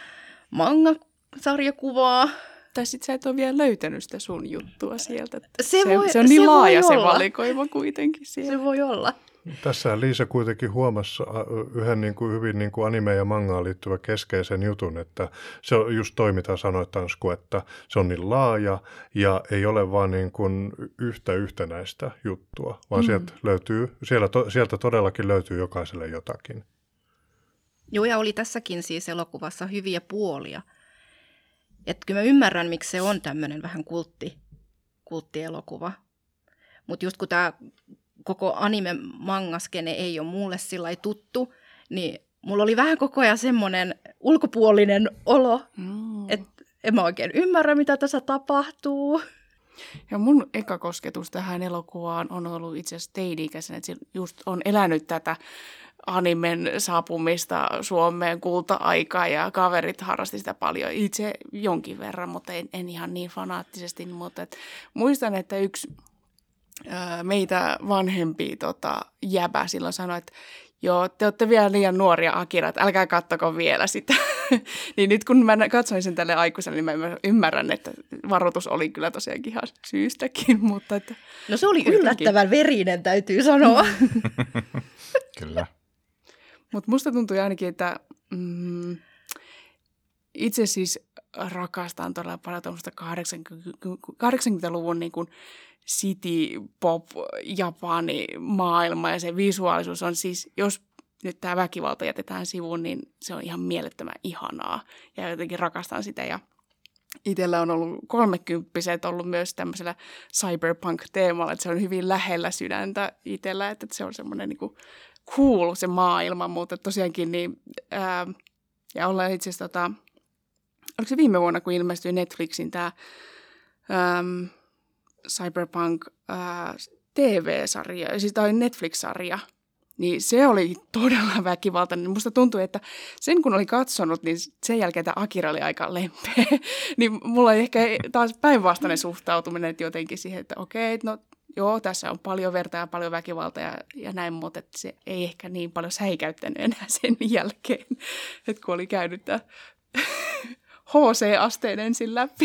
manga-sarjakuvaa. Tai sit sä et ole vielä löytänyt sitä sun juttua sieltä. Se, voi, se on niin se laaja se olla. valikoima kuitenkin siellä. Se voi olla. Tässä Liisa kuitenkin huomasi yhden niin kuin hyvin niin kuin anime- ja mangaan liittyvän keskeisen jutun, että se on just toi, mitä sanoit Tansku, että se on niin laaja ja ei ole vaan niin kuin yhtä yhtenäistä juttua, vaan mm. sieltä, löytyy, siellä to, sieltä todellakin löytyy jokaiselle jotakin. Joo, ja oli tässäkin siis elokuvassa hyviä puolia. Että kyllä mä ymmärrän, miksi se on tämmöinen vähän kultti, kulttielokuva. Mutta just kun tämä koko anime-mangaskene ei ole mulle sillä tuttu, niin mulla oli vähän koko ajan semmoinen ulkopuolinen olo, mm. että en mä oikein ymmärrä, mitä tässä tapahtuu. Ja mun eka kosketus tähän elokuvaan on ollut itse asiassa teini-ikäisenä, että just on elänyt tätä animen saapumista Suomeen kulta-aikaa ja kaverit harrasti sitä paljon. Itse jonkin verran, mutta en, en ihan niin fanaattisesti. Mutta et, muistan, että yksi ää, meitä vanhempi tota, jäbä silloin sanoi, että joo, te olette vielä liian nuoria Akira, että älkää kattoko vielä sitä. Niin nyt kun mä katsoin sen tälle aikuiselle, niin mä ymmärrän, että varoitus oli kyllä tosiaankin ihan syystäkin. Mutta että no se oli kuitenkin yllättävän verinen, täytyy sanoa. Kyllä. Mutta musta tuntui ainakin, että mm, itse siis rakastan todella paljon tuommoista kahdeksankymmentäluvun niin kuin city pop Japani maailma ja se visuaalisuus on siis, jos nyt tämä väkivalta jätetään sivuun, niin se on ihan mielettömän ihanaa ja jotenkin rakastan sitä ja itsellä on ollut kolmekymppiset ollut myös tämmöisellä cyberpunk-teemalla, että se on hyvin lähellä sydäntä itsellä, että se on semmoinen niin kuin cool se maailma, mutta tosiaankin niin, ää, ja ollaan itse asiassa, tota, oliko se viime vuonna, kun ilmestyi Netflixin tämä äm, Cyberpunk ää, T V-sarja, siis tämä Netflix-sarja, niin se oli todella väkivaltainen. Musta tuntui, että sen kun oli katsonut, niin sen jälkeen tämä Akira oli aika lempeä. Niin mulla oli ehkä taas päinvastainen suhtautuminen että jotenkin siihen, että okei, no joo, tässä on paljon verta ja paljon väkivaltaa ja, ja näin, mutta se ei ehkä niin paljon säikäyttänyt enää sen jälkeen, että kun oli käynyt tämä H C-asteen ensin läpi.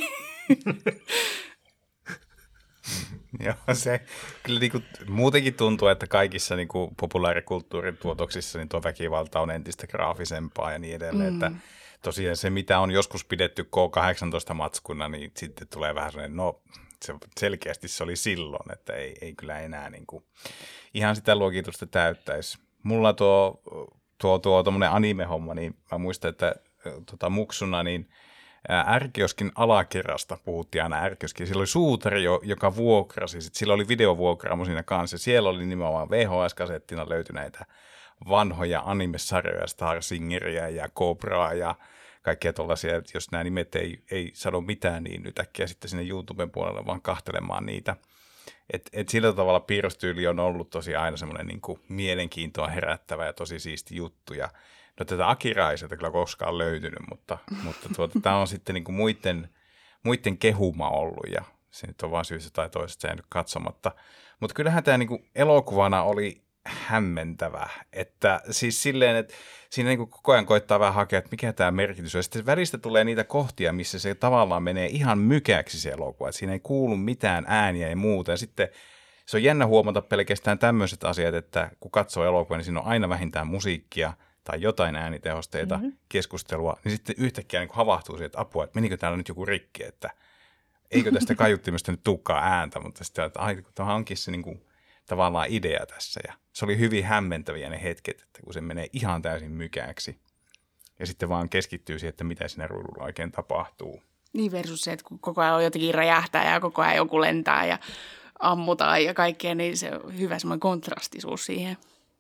Joo, se kyllä niin kuin, muutenkin tuntuu, että kaikissa niin kuin populaarikulttuurin tuotoksissa niin tuo väkivalta on entistä graafisempaa ja niin edelleen, mm. että tosiaan se, mitä on joskus pidetty K kahdeksantoista-matskuna, niin sitten tulee vähän sellainen, no se, selkeästi se oli silloin, että ei, ei kyllä enää niin kuin, ihan sitä luokitusta täyttäisi. Mulla tuo, tuo, tuo tommoinen anime-homma, niin mä muistan, että tota, muksuna, niin R-kioskin alakerrasta puhuttiin aina R-kioskin. Siellä oli suutari, joka vuokrasi. Sitten sillä oli videovuokraamu siinä kanssa. Siellä oli nimenomaan V H S-kasettina löytyneitä vanhoja anime-sarjoja, Star Singeria ja Cobraa ja kaikkea tuollaisia. Jos nämä nimet ei, ei sano mitään, niin nyt äkkiä sitten sinne YouTuben puolelle vaan kahtelemaan niitä. Et, et sillä tavalla piirrostyyli on ollut tosiaan aina semmoinen niin kuin mielenkiintoa herättävä ja tosi siisti juttu. Ja no tätä Akiraa ei sieltä kyllä koskaan löytynyt, mutta, mutta tuota, tämä on sitten niin kuin muiden, muiden kehuma ollut ja se nyt on vaan syystä tai toisesta jäänyt katsomatta. Mutta kyllähän tämä niin kuin elokuvana oli hämmentävä, että siis silleen, että siinä niin kuin koko ajan koittaa vähän hakea, että mikä tämä merkitys on. Ja sitten välistä tulee niitä kohtia, missä se tavallaan menee ihan mykäksi se elokuva, että siinä ei kuulu mitään ääniä ja muuta. Ja sitten se on jännä huomata pelkästään tämmöiset asiat, että kun katsoo elokuvaa, niin siinä on aina vähintään musiikkia tai jotain äänitehosteita, mm-hmm. keskustelua, niin sitten yhtäkkiä niin havahtuu siihen, että apua, että menikö täällä nyt joku rikki, että eikö tästä kaiuttimesta nyt tulekaan ääntä, mutta sitten että ai, tämä onkin se niin kuin, tavallaan idea tässä. Ja se oli hyvin hämmentäviä ne hetket, että kun se menee ihan täysin mykäksi. ja sitten vaan keskittyy siihen, että mitä siinä ruudulla oikein tapahtuu. Niin versus se, että kun koko ajan on jotenkin räjähtää ja koko ajan joku lentää ja ammutaan ja kaikkea, niin se on hyvä semmoinen kontrastisuus siihen.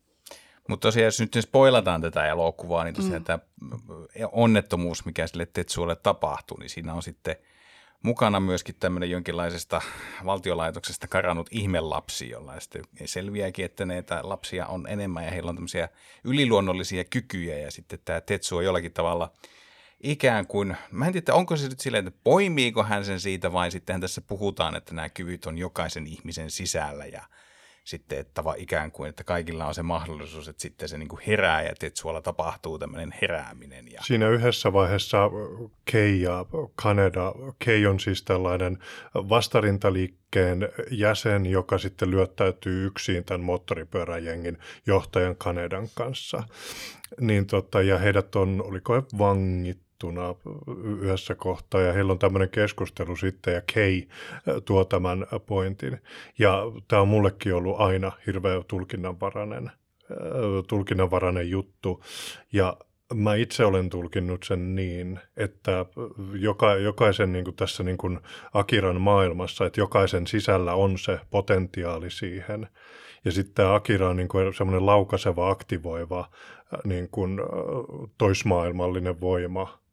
Mutta tosiaan, jos nyt spoilataan tätä elokuvaa, niin tosiaan mm. tämä onnettomuus, mikä sille Tetsuolle tapahtuu, niin siinä on sitten mukana myöskin tämmöinen jonkinlaisesta valtiolaitoksesta karannut ihmelapsi, jolla sitten selviääkin, että näitä lapsia on enemmän ja heillä on tämmöisiä yliluonnollisia kykyjä ja sitten tämä Tetsuo jollakin tavalla ikään kuin, mä en tiedä, onko se nyt silleen, että poimiiko hän sen siitä vai sittenhän tässä puhutaan, että nämä kyvyt on jokaisen ihmisen sisällä ja sitten että ikään kuin, että kaikilla on se mahdollisuus, että sitten se niin kuin herää ja Tetsuolla tapahtuu tämmöinen herääminen. Ja siinä yhdessä vaiheessa Kei ja Kaneda, Kei on siis tällainen vastarintaliikkeen jäsen, joka sitten lyöttäytyy yksin tämän moottoripyöräjengin johtajan Kanedan kanssa. Niin tota, ja heidät on, oliko he vangit? Yhdessä kohtaa ja heillä on tämmöinen keskustelu sitten ja Kei tuo tämän pointin. Ja tämä on mullekin ollut aina hirveän tulkinnanvarainen, tulkinnanvarainen juttu ja mä itse olen tulkinnut sen niin, että joka, jokaisen niin kuin tässä niin kuin Akiran maailmassa, että jokaisen sisällä on se potentiaali siihen. Ja sitten tämä Akira on niin kuin semmoinen laukaiseva, aktivoiva niin kuin toismaailmallinen voima.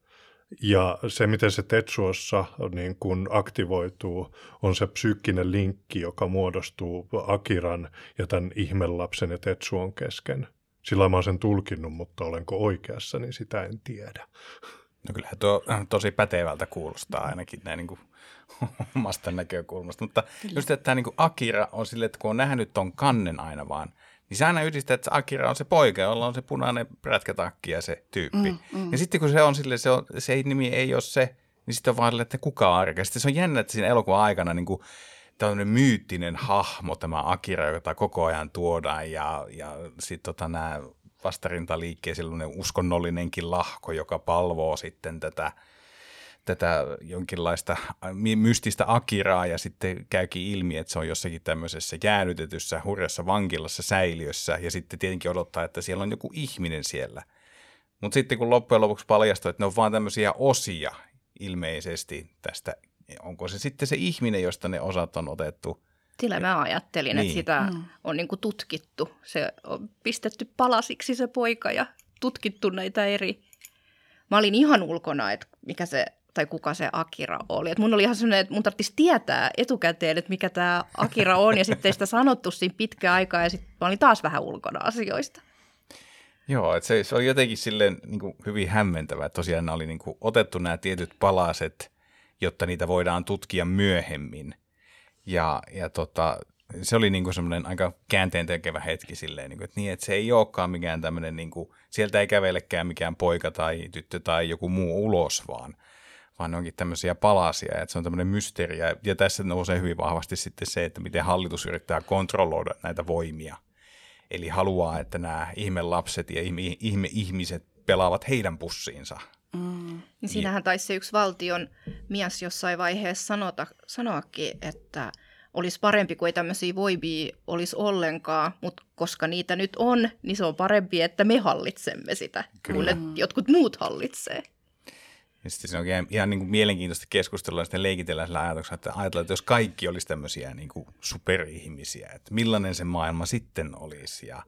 Ja se, miten se Tetsuossa niin kun aktivoituu, on se psyykkinen linkki, joka muodostuu Akiran ja tämän ihmelapsen ja Tetsuon kesken. Sillä mä oon sen tulkinnut, mutta olenko oikeassa, niin sitä en tiedä. No kyllähän tuo tosi pätevältä kuulostaa ainakin näin niin kuin omasta näkökulmasta. Mutta kyllä. Just, että tämä niin kuin Akira on silleen, että kun on nähnyt ton kannen aina vaan, niin sä aina yhdistät, että Akira on se poika, jolla on se punainen prätkätakki ja se tyyppi. Mm, mm. Ja sitten kun se on silleen, se, on, se ei, nimi ei ole se, niin sitten on vaan, että kuka on Akira. Sitten se on jännä, että siinä elokuvan aikana niin kuin, tämmöinen myyttinen hahmo, tämä Akira, jota koko ajan tuodaan. Ja, ja sitten tota, nämä vastarintaliikkeen sellainen uskonnollinenkin lahko, joka palvoo sitten tätä, tätä jonkinlaista mystistä Akiraa ja sitten käykin ilmi, että se on jossakin tämmöisessä jäädytetyssä, hurjassa vankilassa, säiliössä ja sitten tietenkin odottaa, että siellä on joku ihminen siellä. Mutta sitten kun loppujen lopuksi paljastuu, että ne on vaan tämmöisiä osia ilmeisesti tästä, onko se sitten se ihminen, josta ne osat on otettu? Sillä mä ajattelin, niin. Että sitä mm. on niinku tutkittu. Se on pistetty palasiksi se poika ja tutkittu näitä eri. Mä olin ihan ulkona, että mikä se tai kuka se Akira oli. Et mun oli ihan sellainen, että mun tarvitsisi tietää etukäteen, että mikä tämä Akira on, ja sitten ei sitä sanottu siinä pitkään aikaa, ja sitten mä olin taas vähän ulkona asioista. Joo, että se, se oli jotenkin silleen niin kuin hyvin hämmentävää, että tosiaan ne oli niin kuin otettu nämä tietyt palaset, jotta niitä voidaan tutkia myöhemmin, ja, ja tota, se oli niin kuin semmoinen aika käänteentekevä hetki silleen, niin kuin, että, niin, että se ei olekaan mikään tämmöinen, niin kuin, sieltä ei kävelekään mikään poika tai tyttö tai joku muu ulos, vaan vaan ne onkin tämmöisiä palasia, että se on tämmöinen mysteeri. Ja tässä nousee hyvin vahvasti sitten se, että miten hallitus yrittää kontrolloida näitä voimia. Eli haluaa, että nämä ihmelapset ja ihme, ihme ihmiset pelaavat heidän pussiinsa. Mm. Niin siinähän taisi se yksi valtion mies jossain vaiheessa sanota, sanoakin, että olisi parempi kuin ei tämmöisiä voimia olisi ollenkaan, mutta koska niitä nyt on, niin se on parempi, että me hallitsemme sitä, kyllä. Kun jotkut muut hallitsee. Ja sitten se on ihan, ihan niin kuin mielenkiintoista keskustelua ja sitten leikitellään sillä ajatuksella, että ajatellaan, että jos kaikki olisi tämmöisiä niin kuin superihmisiä, että millainen se maailma sitten olisi. Ja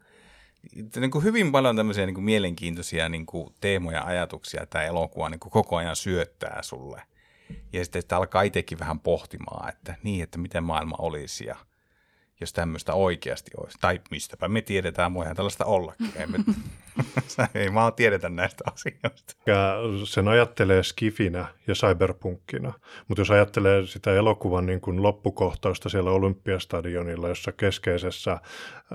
niin kuin hyvin paljon tämmöisiä niin kuin mielenkiintoisia niin kuin teemoja ja ajatuksia tämä elokuva niin kuin koko ajan syöttää sulle. Ja sitten sitä alkaa itsekin vähän pohtimaan, että niin, että miten maailma olisi ja jos tämmöistä oikeasti olisi. Tai mistäpä me tiedetään, voihan tällaista ollakin. Ei, me, ei vaan tiedetä näistä asioista. Ja sen ajattelee skifinä ja cyberpunkkina. Mutta jos ajattelee sitä elokuvan niin kuin loppukohtausta siellä Olympiastadionilla, jossa keskeisessä äh,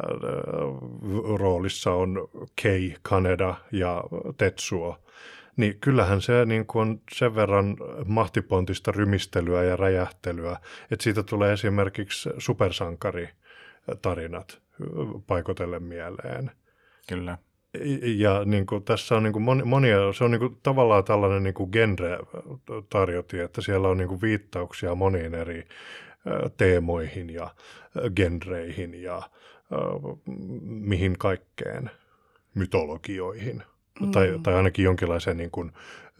roolissa on Kei, Kaneda ja Tetsuo, niin kyllähän se niin kuin on sen verran mahtipontista rymistelyä ja räjähtelyä, että siitä tulee esimerkiksi supersankaritarinat paikotellen mieleen. Kyllä. Ja niin kuin, tässä on niin kuin monia, se on niin kuin, tavallaan tällainen niin kuin genre-tarjoti, että siellä on niin kuin viittauksia moniin eri teemoihin ja genreihin ja mihin kaikkeen mytologioihin. mm. tai, tai ainakin jonkinlaiseen niin kuin, ö,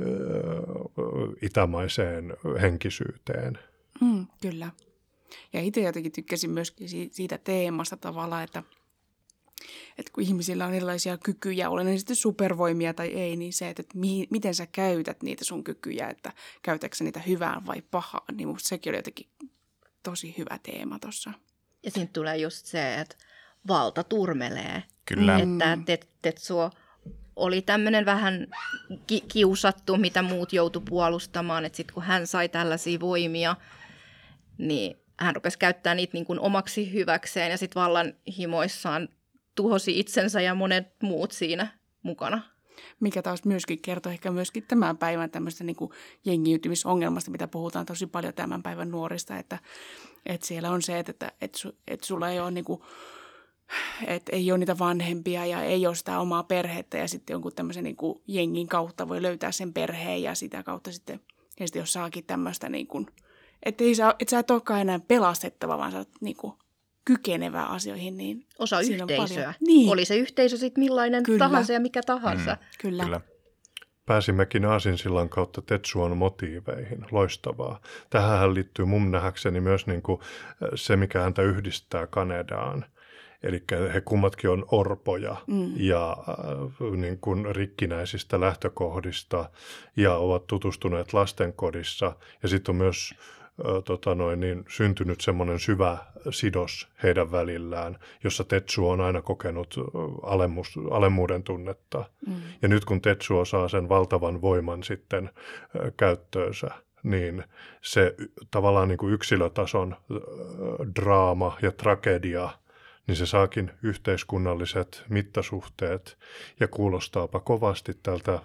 itämaiseen henkisyyteen. Mm, kyllä. Ja itse jotenkin tykkäsin myöskin siitä teemasta tavallaan, että, että kun ihmisillä on erilaisia kykyjä, olen ne sitten supervoimia tai ei, niin se, että mi, miten sä käytät niitä sun kykyjä, että käytätkö niitä hyvään vai pahaan, niin musta sekin oli jotenkin tosi hyvä teema tuossa. Ja siinä tulee just se, että valta turmelee. Kyllä. Että tet, Tetsuo oli tämmöinen vähän ki- kiusattu, mitä muut joutu puolustamaan, että sitten kun hän sai tällaisia voimia, niin hän rupesi käyttämään niitä niin kuin omaksi hyväkseen ja sitten vallan himoissaan tuhosi itsensä ja monet muut siinä mukana. Mikä taas myöskin kertoo ehkä myöskin tämän päivän tämmöistä niin kuin jengiytymisongelmasta, mitä puhutaan tosi paljon tämän päivän nuorista, että, että siellä on se, että, että, su, että sulla ei ole niin kuin, että ei ole niitä vanhempia ja ei ole sitä omaa perhettä ja sitten jonkun tämmöisen niin kuin jengin kautta voi löytää sen perheen ja sitä kautta sitten, ja sitten jos saakin tämmöistä niin kuin, että, ei saa, että sä et olekaan enää pelastettava, vaan sä oot niin kuin kykenevä asioihin. Niin osa yhteisöä. Niin. Oli se yhteisö sitten millainen Kyllä. tahansa ja mikä tahansa. Mm. Kyllä. Kyllä. Pääsimmekin aasinsillan kautta Tetsuon motiiveihin. Loistavaa. Tähän liittyy mun nähdäkseni myös niin kuin se, mikä häntä yhdistää Kanedaan. Eli he kummatkin on orpoja mm. ja äh, niin kuin rikkinäisistä lähtökohdista ja ovat tutustuneet lastenkodissa. Ja sitten on myös äh, tota noin, niin, syntynyt semmoinen syvä sidos heidän välillään, jossa Tetsuo on aina kokenut alemmus, alemmuuden tunnetta. Mm. Ja nyt kun Tetsuo saa sen valtavan voiman sitten äh, käyttöönsä, niin se tavallaan niin kuin yksilötason äh, draama ja tragedia, niin se saakin yhteiskunnalliset mittasuhteet ja kuulostaapa kovasti tältä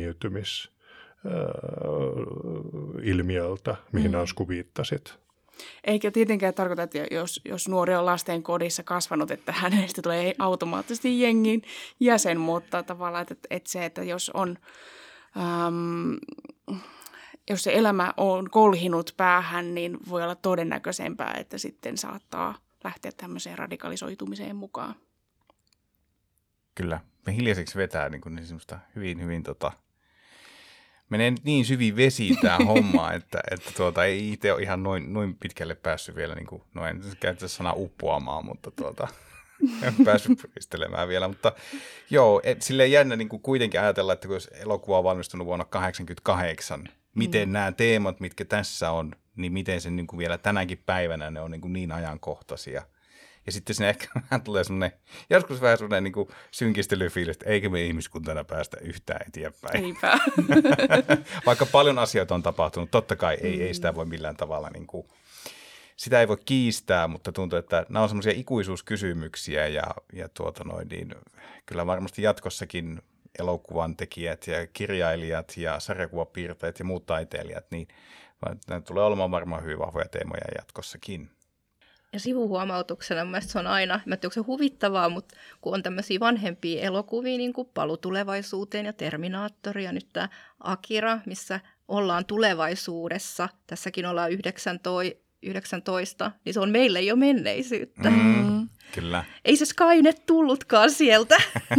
jengiytymisilmiöltä, mihin mm. Ansku viittasit. Eikä tietenkään tarkoita, että jos, jos nuori on lasten kodissa kasvanut, että hänestä tulee automaattisesti jengin jäsen, mutta tavallaan, että, että se, että jos on, äm, jos se elämä on kolhinut päähän, niin voi olla todennäköisempää, että sitten saattaa lähteä tämmöiseen radikalisoitumiseen mukaan. Kyllä. Me hiljaiseksi vetää niin, niin semmoista hyvin, hyvin tota, menee niin syviin vesiin tämä homma, että, että tuota, ei itse ole ihan noin, noin pitkälle päässyt vielä, niin kuin, no en käytä sanaa uppoamaan, mutta tuota, en päässyt pyristelemään vielä. Mutta joo, et, silleen jännä niin kuin kuitenkin ajatella, että kun elokuva on valmistunut vuonna kahdeksankymmentäkahdeksan, miten mm. nämä teemat, mitkä tässä on, niin miten se niin kuin vielä tänäkin päivänä ne on niin, kuin niin ajankohtaisia. Ja sitten sinne ehkä vähän tulee semmoinen, joskus vähän semmoinen niin kuin synkistelyfiilis, että eikö me ihmiskuntana päästä yhtään eteenpäin. Eipä. Vaikka paljon asioita on tapahtunut, totta kai ei, mm. ei sitä voi millään tavalla, niin kuin, sitä ei voi kiistää, mutta tuntuu, että nämä on semmoisia ikuisuuskysymyksiä ja, ja tuota noin, niin kyllä varmasti jatkossakin elokuvan tekijät ja kirjailijat ja sarjakuvapiirtäjät ja muut taiteilijat, niin nämä tulee olemaan varmaan hyvin vahvoja teemoja jatkossakin. Ja sivuhuomautuksena mielestäni se on aina, mä en tiedä, onko se huvittavaa, mutta kun on tämmöisiä vanhempia elokuvia, niin kuin Paluu tulevaisuuteen ja Terminaattori ja nyt tämä Akira, missä ollaan tulevaisuudessa, tässäkin ollaan yhdeksäntoista, niin se on meille jo menneisyyttä. Mm, kyllä. Ei se Skynet tullutkaan sieltä.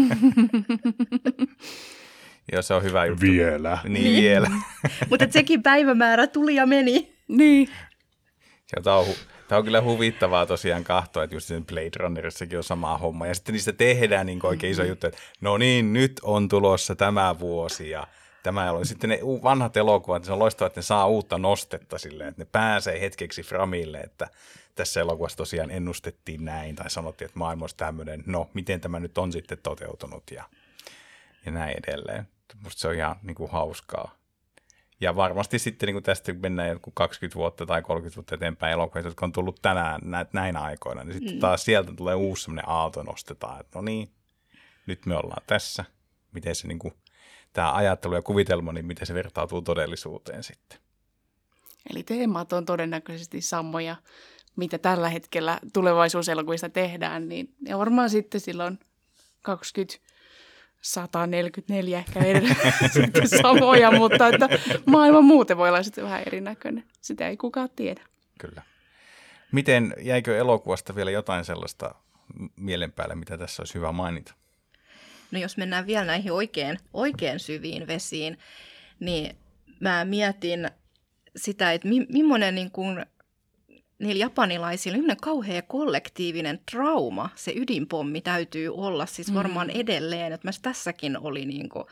Joo, se on hyvä juttu. Vielä. Niin, niin. vielä. Mutta sekin päivämäärä tuli ja meni. Niin. Ja tämä on, tämä on kyllä huvittavaa tosiaan katsoa, että just sen Blade Runnerissakin on sama homma. Ja sitten niistä tehdään niin oikein iso juttu, että no niin, nyt on tulossa tämä vuosi ja tämä on. Sitten ne vanhat elokuvat, se on loistavaa, että ne saa uutta nostetta silleen, että ne pääsee hetkeksi framille, että tässä elokuvassa tosiaan ennustettiin näin tai sanottiin, että maailma olisi tämmöinen, no miten tämä nyt on sitten toteutunut ja, ja näin edelleen. Musta se on ihan niin kuin hauskaa. Ja varmasti sitten niin kuin tästä kun mennään joku kaksikymmentä vuotta tai kolmekymmentä vuotta eteenpäin elokuvia, jotka on tullut tänään näinä aikoina, niin sitten taas sieltä tulee uusi sellainen aalto nostetaan, että no niin, nyt me ollaan tässä. Miten se niin kuin, tämä ajattelu ja kuvitelma, niin miten se vertautuu todellisuuteen sitten. Eli teemat on todennäköisesti samoja, mitä tällä hetkellä tulevaisuuselokuvista tehdään, niin ne varmaan sitten silloin kaksikymmentä sata neljäkymmentäneljä ehkä edelleen sitten samoja, mutta että maailma muuten voi olla sitten vähän erinäköinen. Sitä ei kukaan tiedä. Kyllä. Miten, jäikö elokuvasta vielä jotain sellaista mielen päälle, mitä tässä olisi hyvä mainita? No jos mennään vielä näihin oikein, oikein syviin vesiin, niin mä mietin sitä, että mi, millainen niin kuin niillä japanilaisilla, millainen kauhea kollektiivinen trauma se ydinpommi täytyy olla. Siis varmaan mm. edelleen, että myös tässäkin oli niin kuin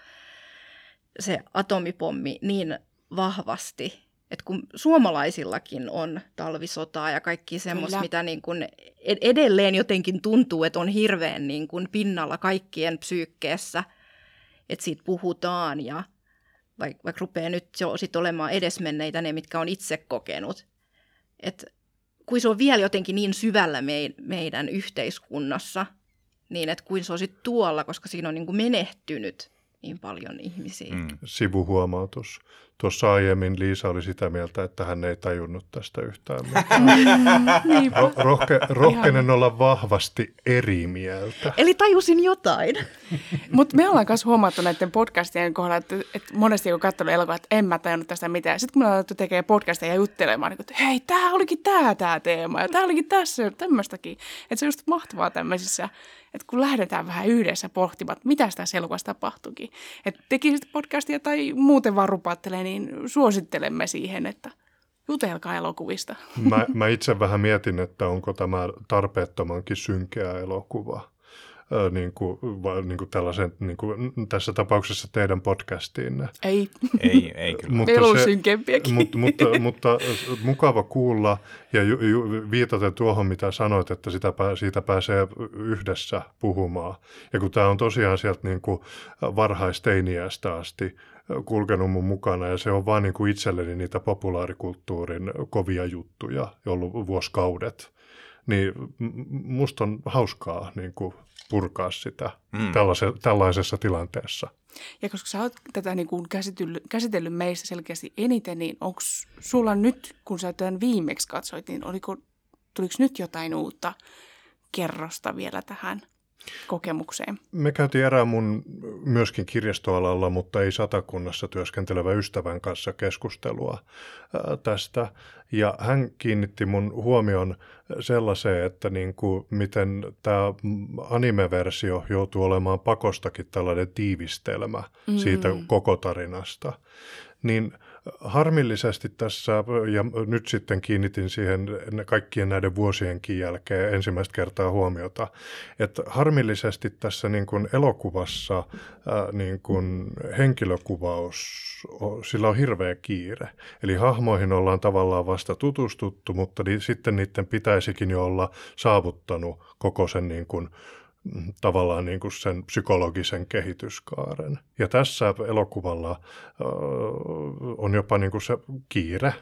se atomipommi niin vahvasti, että kun suomalaisillakin on talvisotaa ja kaikki semmoista, mitä niin kuin edelleen jotenkin tuntuu, että on hirveän niin kuin pinnalla kaikkien psyykkeessä, että siitä puhutaan ja vaikka, vaikka rupeaa nyt jo sit olemaan edesmenneitä ne, mitkä on itse kokenut. Että kuin se on vielä jotenkin niin syvällä me, meidän yhteiskunnassa, niin että kuin se on sitten tuolla, koska siinä on niin kuin menehtynyt niin paljon ihmisiä. Mm. Sivuhuomautus. Tuossa aiemmin Liisa oli sitä mieltä, että hän ei tajunnut tästä yhtään mitään. Ro- rohke, rohkenen olla vahvasti eri mieltä. Eli tajusin jotain. Mutta me ollaan myös huomattu näiden podcastien kohdalla, että, että monesti kun katsonut elokuvaa, että en mä tajunnut tästä mitään. Sitten kun me ollaan alettu tekemään podcasteja ja juttelemaan, niin että hei, tämä olikin tämä tämä teema ja tämä olikin tässä tämmöistäkin. Että se on just mahtavaa tämmöisissä, että kun lähdetään vähän yhdessä pohtimaan, mitä tässä elokuvassa tapahtuikin. Että tekisit podcastia tai muuten vaan rupaattelee, niin suosittelemme siihen, että jutelkaa elokuvista. Mä, mä itse vähän mietin, että onko tämä tarpeettomankin synkeä elokuva. Niin kuin, niin kuin tällaisen, niin kuin tässä tapauksessa teidän podcastiin. Ei. Ei, ei kyllä. Mutta meillä on synkempiäkin. Mutta, mutta, mutta mukava kuulla ja ju, ju, viitaten tuohon, mitä sanoit, että sitä, siitä pääsee yhdessä puhumaan. Ja kun tämä on tosiaan sieltä niin kuin varhaisteiniästä asti kulkenut mun mukana ja se on vaan niin kuin itselleni niitä populaarikulttuurin kovia juttuja ollut vuosikaudet. Niin musta on hauskaa niin kuin purkaa sitä mm. tällaisessa tilanteessa. Ja koska sä oot tätä niin kuin käsitellyt, käsitellyt meistä selkeästi eniten, niin onko sulla nyt, kun sä tämän viimeksi katsoit, niin oliko, tuliko nyt jotain uutta kerrosta vielä tähän kokemukseen? Me käytiin erään mun myöskin kirjastoalalla, mutta ei Satakunnassa työskentelevä ystävän kanssa keskustelua ää, tästä. Ja hän kiinnitti mun huomion sellaiseen, että niin kuin miten tämä anime-versio joutuu olemaan pakostakin tällainen tiivistelmä mm. siitä koko tarinasta. Niin harmillisesti tässä, ja nyt sitten kiinnitin siihen kaikkien näiden vuosienkin jälkeen ensimmäistä kertaa huomiota, että harmillisesti tässä niin kuin elokuvassa ää, niin kuin henkilökuvaus, sillä on hirveä kiire. Eli hahmoihin ollaan tavallaan vasta tutustuttu, mutta ni, sitten niiden pitäisikin jo olla saavuttanut koko sen niin kuin tavallaan niin kuin sen psykologisen kehityskaaren. Ja tässä elokuvalla äh, on jopa niin kuin se kiire.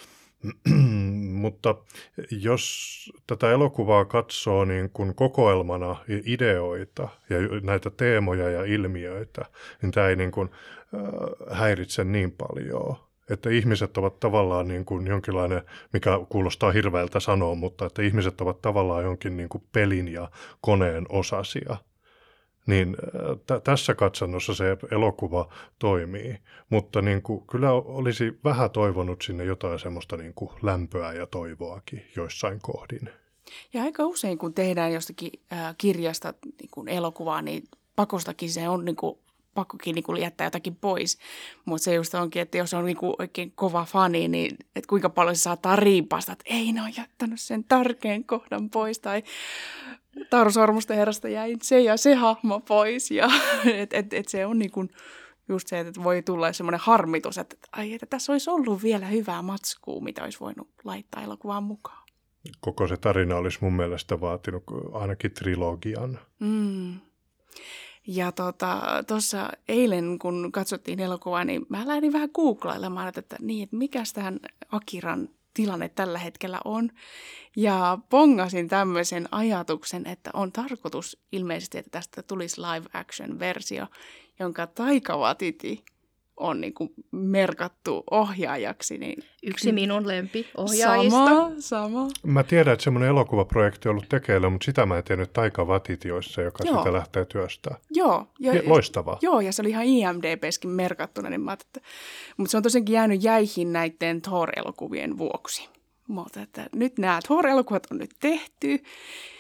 Mutta jos tätä elokuvaa katsoo niin kuin kokoelmana ideoita ja näitä teemoja ja ilmiöitä, niin tämä ei niin kuin, äh, häiritse niin paljon. Että ihmiset ovat tavallaan niin kuin jonkinlainen, mikä kuulostaa hirveältä sanoa, mutta että ihmiset ovat tavallaan jonkin niin kuin pelin ja koneen osasia. Niin t- tässä katsannossa se elokuva toimii, mutta niin kuin, kyllä olisi vähän toivonut sinne jotain semmoista niin kuin lämpöä ja toivoakin joissain kohdin. Ja aika usein, kun tehdään jostakin äh, kirjasta niin kuin elokuvaa, niin pakostakin se on niin kuin pakkokin niin kuin jättää jotakin pois, mutta se just onkin, että jos on niin kuin oikein kova fani, niin että kuinka paljon se saattaa riipasta, että ei ne ole jättänyt sen tärkeän kohdan pois, tai Taru Sormusten herrasta jäi se ja se hahmo pois, ja että et, et se on niin kuin just se, että voi tulla semmoinen harmitus, että ai, että tässä olisi ollut vielä hyvää matskua, mitä olisi voinut laittaa elokuvaan mukaan. Koko se tarina olisi mun mielestä vaatinut ainakin trilogian. Mm. Ja tuossa tota, eilen, kun katsottiin elokuvaa, niin mä lähdin vähän googlailemaan, että, että, niin, että mikäs tähän Akiran tilanne tällä hetkellä on. Ja pongasin tämmöisen ajatuksen, että on tarkoitus ilmeisesti, että tästä tulisi live action versio, jonka Taika Waititi on niin kuin merkattu ohjaajaksi. Niin yksi minun lempiohjaajista. Sama, sama. Mä tiedän, että semmoinen elokuvaprojekti on ollut tekeillä, mutta sitä mä en tiennyt Taika Waititioissa, joka joo. sitä lähtee työstää. Joo. Ja, loistavaa. Joo, ja se oli ihan I M D B:skin merkattuna. Niin mä että, mutta se on tosiaankin jäänyt jäihin näiden Thor-elokuvien vuoksi. Mutta että nyt nämä Thor-elokuvat on nyt tehty.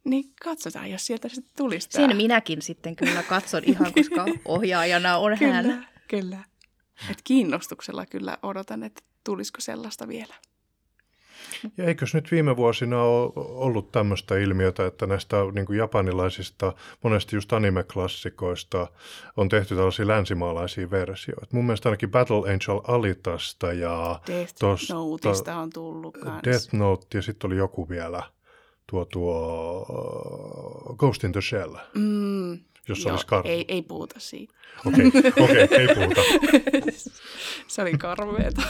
niin katsotaan, jos sieltä sitten tulisi tää. Sen minäkin sitten kyllä katson ihan, koska ohjaajana on kyllä, hän. Kyllä, et kiinnostuksella kyllä odotan, että tulisiko sellaista vielä. Ja eikös nyt viime vuosina ole ollut tämmöistä ilmiötä, että näistä niin kuin japanilaisista, monesti just anime-klassikoista on tehty tällaisia länsimaalaisia versioita. Mun mielestä ainakin Battle Angel Alitasta ja Death tosta, Noteista on tullut kans. Death Note ja sitten oli joku vielä, tuo, tuo uh, Ghost in the Shell, Mm, jossa joo, olisi karhu. ei, ei puhuta siitä. Okei, okay, okay, ei puhuta. Se oli karmeeta.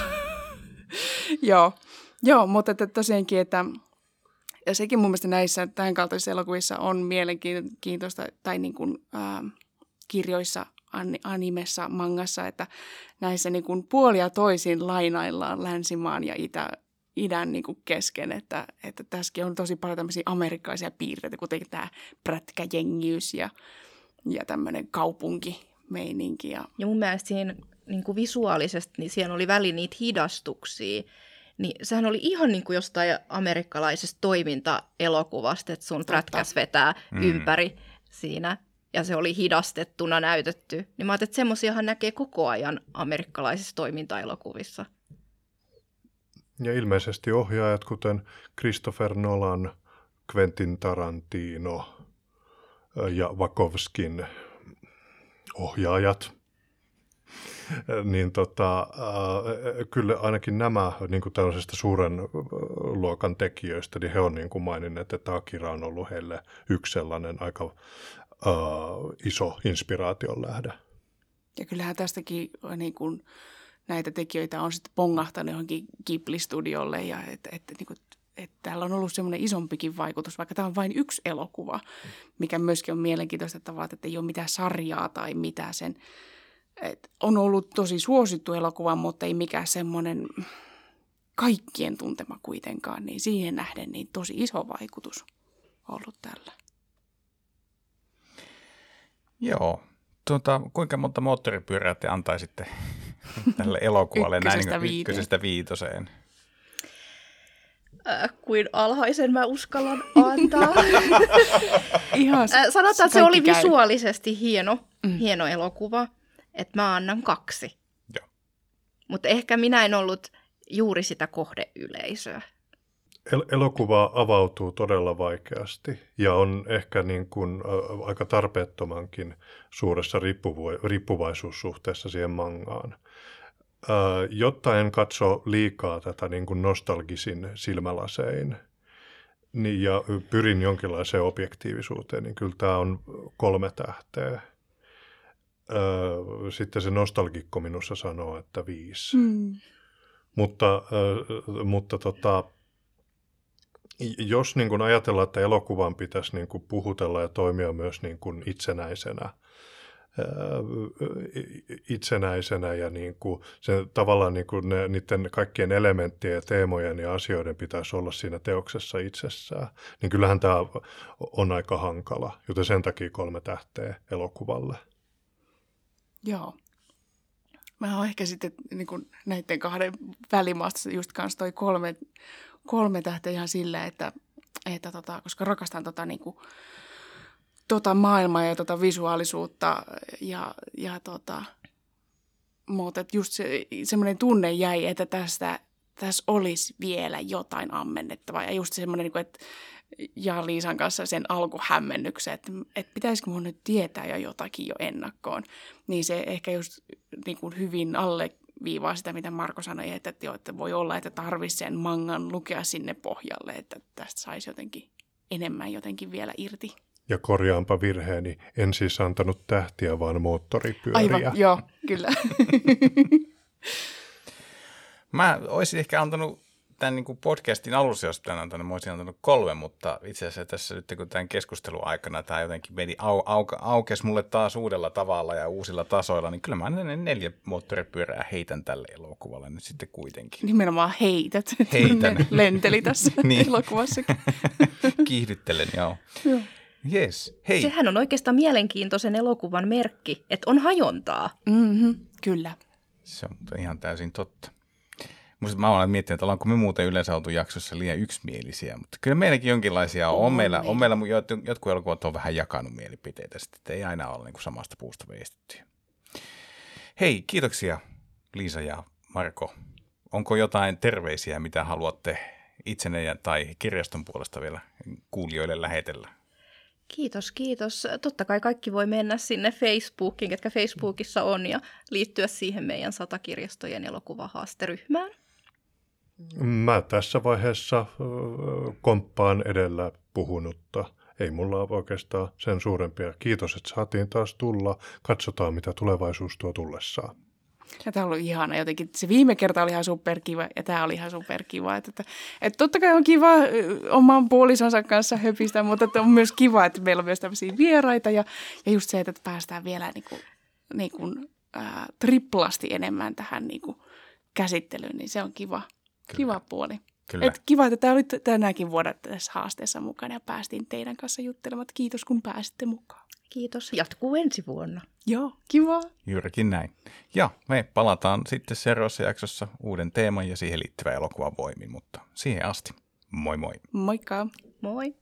Joo. Joo, mutta että tosiaankin, että ja sekin mun mielestä näissä tämän kaltaisissa elokuvissa on mielenkiintoista, tai niin kuin, ää, kirjoissa, animessa, mangassa, että näissä niin kuin puolia toisin lainaillaan länsimaan ja itä, idän niin kuin kesken, että, että tässäkin on tosi paljon tämmöisiä amerikkalaisia piirteitä, kuten tämä prätkäjengiys ja, ja tämmöinen kaupunkimeininki. Ja, ja mun mielestä siinä niin kuin visuaalisesti, niin siellä oli väli niitä hidastuksia. Niin sehän oli ihan niin kuin jostain amerikkalaisesta toimintaelokuvasta, että sun prätkäs vetää mm. ympäri siinä. Ja se oli hidastettuna näytetty. Niin mä ajattelin, että semmoisiahan näkee koko ajan amerikkalaisissa toimintaelokuvissa. Ja ilmeisesti ohjaajat, kuten Christopher Nolan, Quentin Tarantino ja Wachowskin ohjaajat, niin tota, äh, kyllä ainakin nämä niin kuin tällaisesta suuren luokan tekijöistä, niin he on niin kuin maininneet, että Akira on ollut heille yksi sellainen aika äh, iso inspiraation lähde. Ja kyllähän tästäkin niin kuin, näitä tekijöitä on sitten pongahtanut johonkin Ghibli-studiolle, ja että, että, niin kuin, että täällä on ollut semmoinen isompikin vaikutus, vaikka tämä on vain yksi elokuva, mikä myöskin on mielenkiintoista tavalla, että ei ole mitään sarjaa tai mitään sen. Et on ollut tosi suosittu elokuva, mutta ei mikään semmoinen kaikkien tuntema kuitenkaan, niin siihen nähden niin tosi iso vaikutus ollut tällä. Joo. Tuota, kuinka monta moottoripyörää te antaisitte tälle elokuvalle näin niin ykkösestä viitoseen? Äh, kuin alhaisen mä uskallan antaa. Ihan äh, sanotaan, että se oli käy. visuaalisesti hieno, mm. hieno elokuva. Että mä annan kaksi. Joo. Mutta ehkä minä en ollut juuri sitä kohdeyleisöä. El- elokuva avautuu todella vaikeasti ja on ehkä niin kuin, ä, aika tarpeettomankin suuressa riippuvu- riippuvaisuussuhteessa siihen mangaan. Ä, jotta en katso liikaa tätä niin kuin nostalgisin silmälasein niin, ja pyrin jonkinlaiseen objektiivisuuteen, niin kyllä tämä on kolme tähteä. Sitten se nostalgikko minussa sanoo, että viisi. Mm. Mutta, mutta tota, jos niin kuin ajatellaan, että elokuvan pitäisi niin kuin puhutella ja toimia myös niin kuin itsenäisenä, itsenäisenä ja niin kuin se, tavallaan niin kuin ne, niiden kaikkien elementtien ja teemojen ja asioiden pitäisi olla siinä teoksessa itsessään, niin kyllähän tämä on aika hankala, joten sen takia kolme tähteä elokuvalle. Joo. Mä oon ehkä sitten niin kuin näiden kahden välimaasta just kanssa toi kolme, kolme tähteä ihan silleen, että, että tota, koska rakastan tota, niin kuin, tota maailmaa ja tota visuaalisuutta ja, ja tota, mutta just se, semmoinen tunne jäi, että tästä, tässä olisi vielä jotain ammennettavaa ja just semmoinen, niin kuin, että ja Liisan kanssa sen alkuhämmennyksen, että, että pitäisikö mun nyt tietää jo jotakin jo ennakkoon. Niin se ehkä just niin kuin hyvin alleviivaa sitä, mitä Marko sanoi, että, että, jo, että voi olla, että tarvitsisi sen mangan lukea sinne pohjalle, että tästä saisi jotenkin enemmän jotenkin vielä irti. Ja korjaanpa virheeni, en siis antanut tähtiä, vaan moottoripyöriä. Aivan, joo, kyllä. Mä olisin ehkä antanut tämän niin kuin podcastin alussa, jos tämän antanut, mä olisin antanut kolme, mutta itse asiassa tässä nyt kun tämän keskustelun aikana tämä jotenkin meni au, au, aukesi mulle taas uudella tavalla ja uusilla tasoilla, niin kyllä mä ne neljä moottoripyörää heitän tälle elokuvalle nyt sitten kuitenkin. Nimenomaan heität. Heitän. Ne lenteli tässä niin. elokuvassakin. Kiihdyttelen, joo. joo. Yes. Hei. Sehän on oikeastaan mielenkiintoisen elokuvan merkki, että on hajontaa. Mm-hmm. Kyllä. Se on ihan täysin totta. Musta mä olen miettinyt, että ollaanko me muuten yleensä oltu jaksossa liian yksimielisiä, mutta kyllä meilläkin jonkinlaisia on. On meillä, on meillä jotkut elokuvat on vähän jakanut mielipiteitä, sitten ei aina ole niin kuin samasta puusta veistettyä. Hei, kiitoksia Liisa ja Marko. Onko jotain terveisiä, mitä haluatte itsenne tai kirjaston puolesta vielä kuulijoille lähetellä? Kiitos, kiitos. Totta kai kaikki voi mennä sinne Facebookiin, ketkä Facebookissa on, ja liittyä siihen meidän satakirjastojen elokuvahaasteryhmään. Mä tässä vaiheessa komppaan edellä puhunutta. Ei mulla ole oikeastaan sen suurempia. Kiitos, että saatiin taas tulla. Katsotaan, mitä tulevaisuus tuo tullessaan. Ja tämä on ollut ihana jotenkin. Se viime kerta oli ihan superkiva ja tämä oli ihan superkiva. Että, että, että totta kai on kiva oman puolisonsa kanssa höpistä, mutta että on myös kiva, että meillä on myös tämmöisiä vieraita. Ja, ja just se, että päästään vielä niin kuin, niin kuin, ää, triplasti enemmän tähän niin kuin käsittelyyn, niin se on kiva, kiva puoli. Et kiva, että tämä oli tänäkin vuonna tässä haasteessa mukana ja päästiin teidän kanssa juttelemaan. Kiitos, kun pääsitte mukaan. Kiitos. Jatkuu ensi vuonna. Joo, kiva. Juurikin näin. Ja me palataan sitten seuraavassa jaksossa uuden teeman ja siihen liittyvän elokuvan voimin, mutta siihen asti. Moi moi. Moikka. Moi.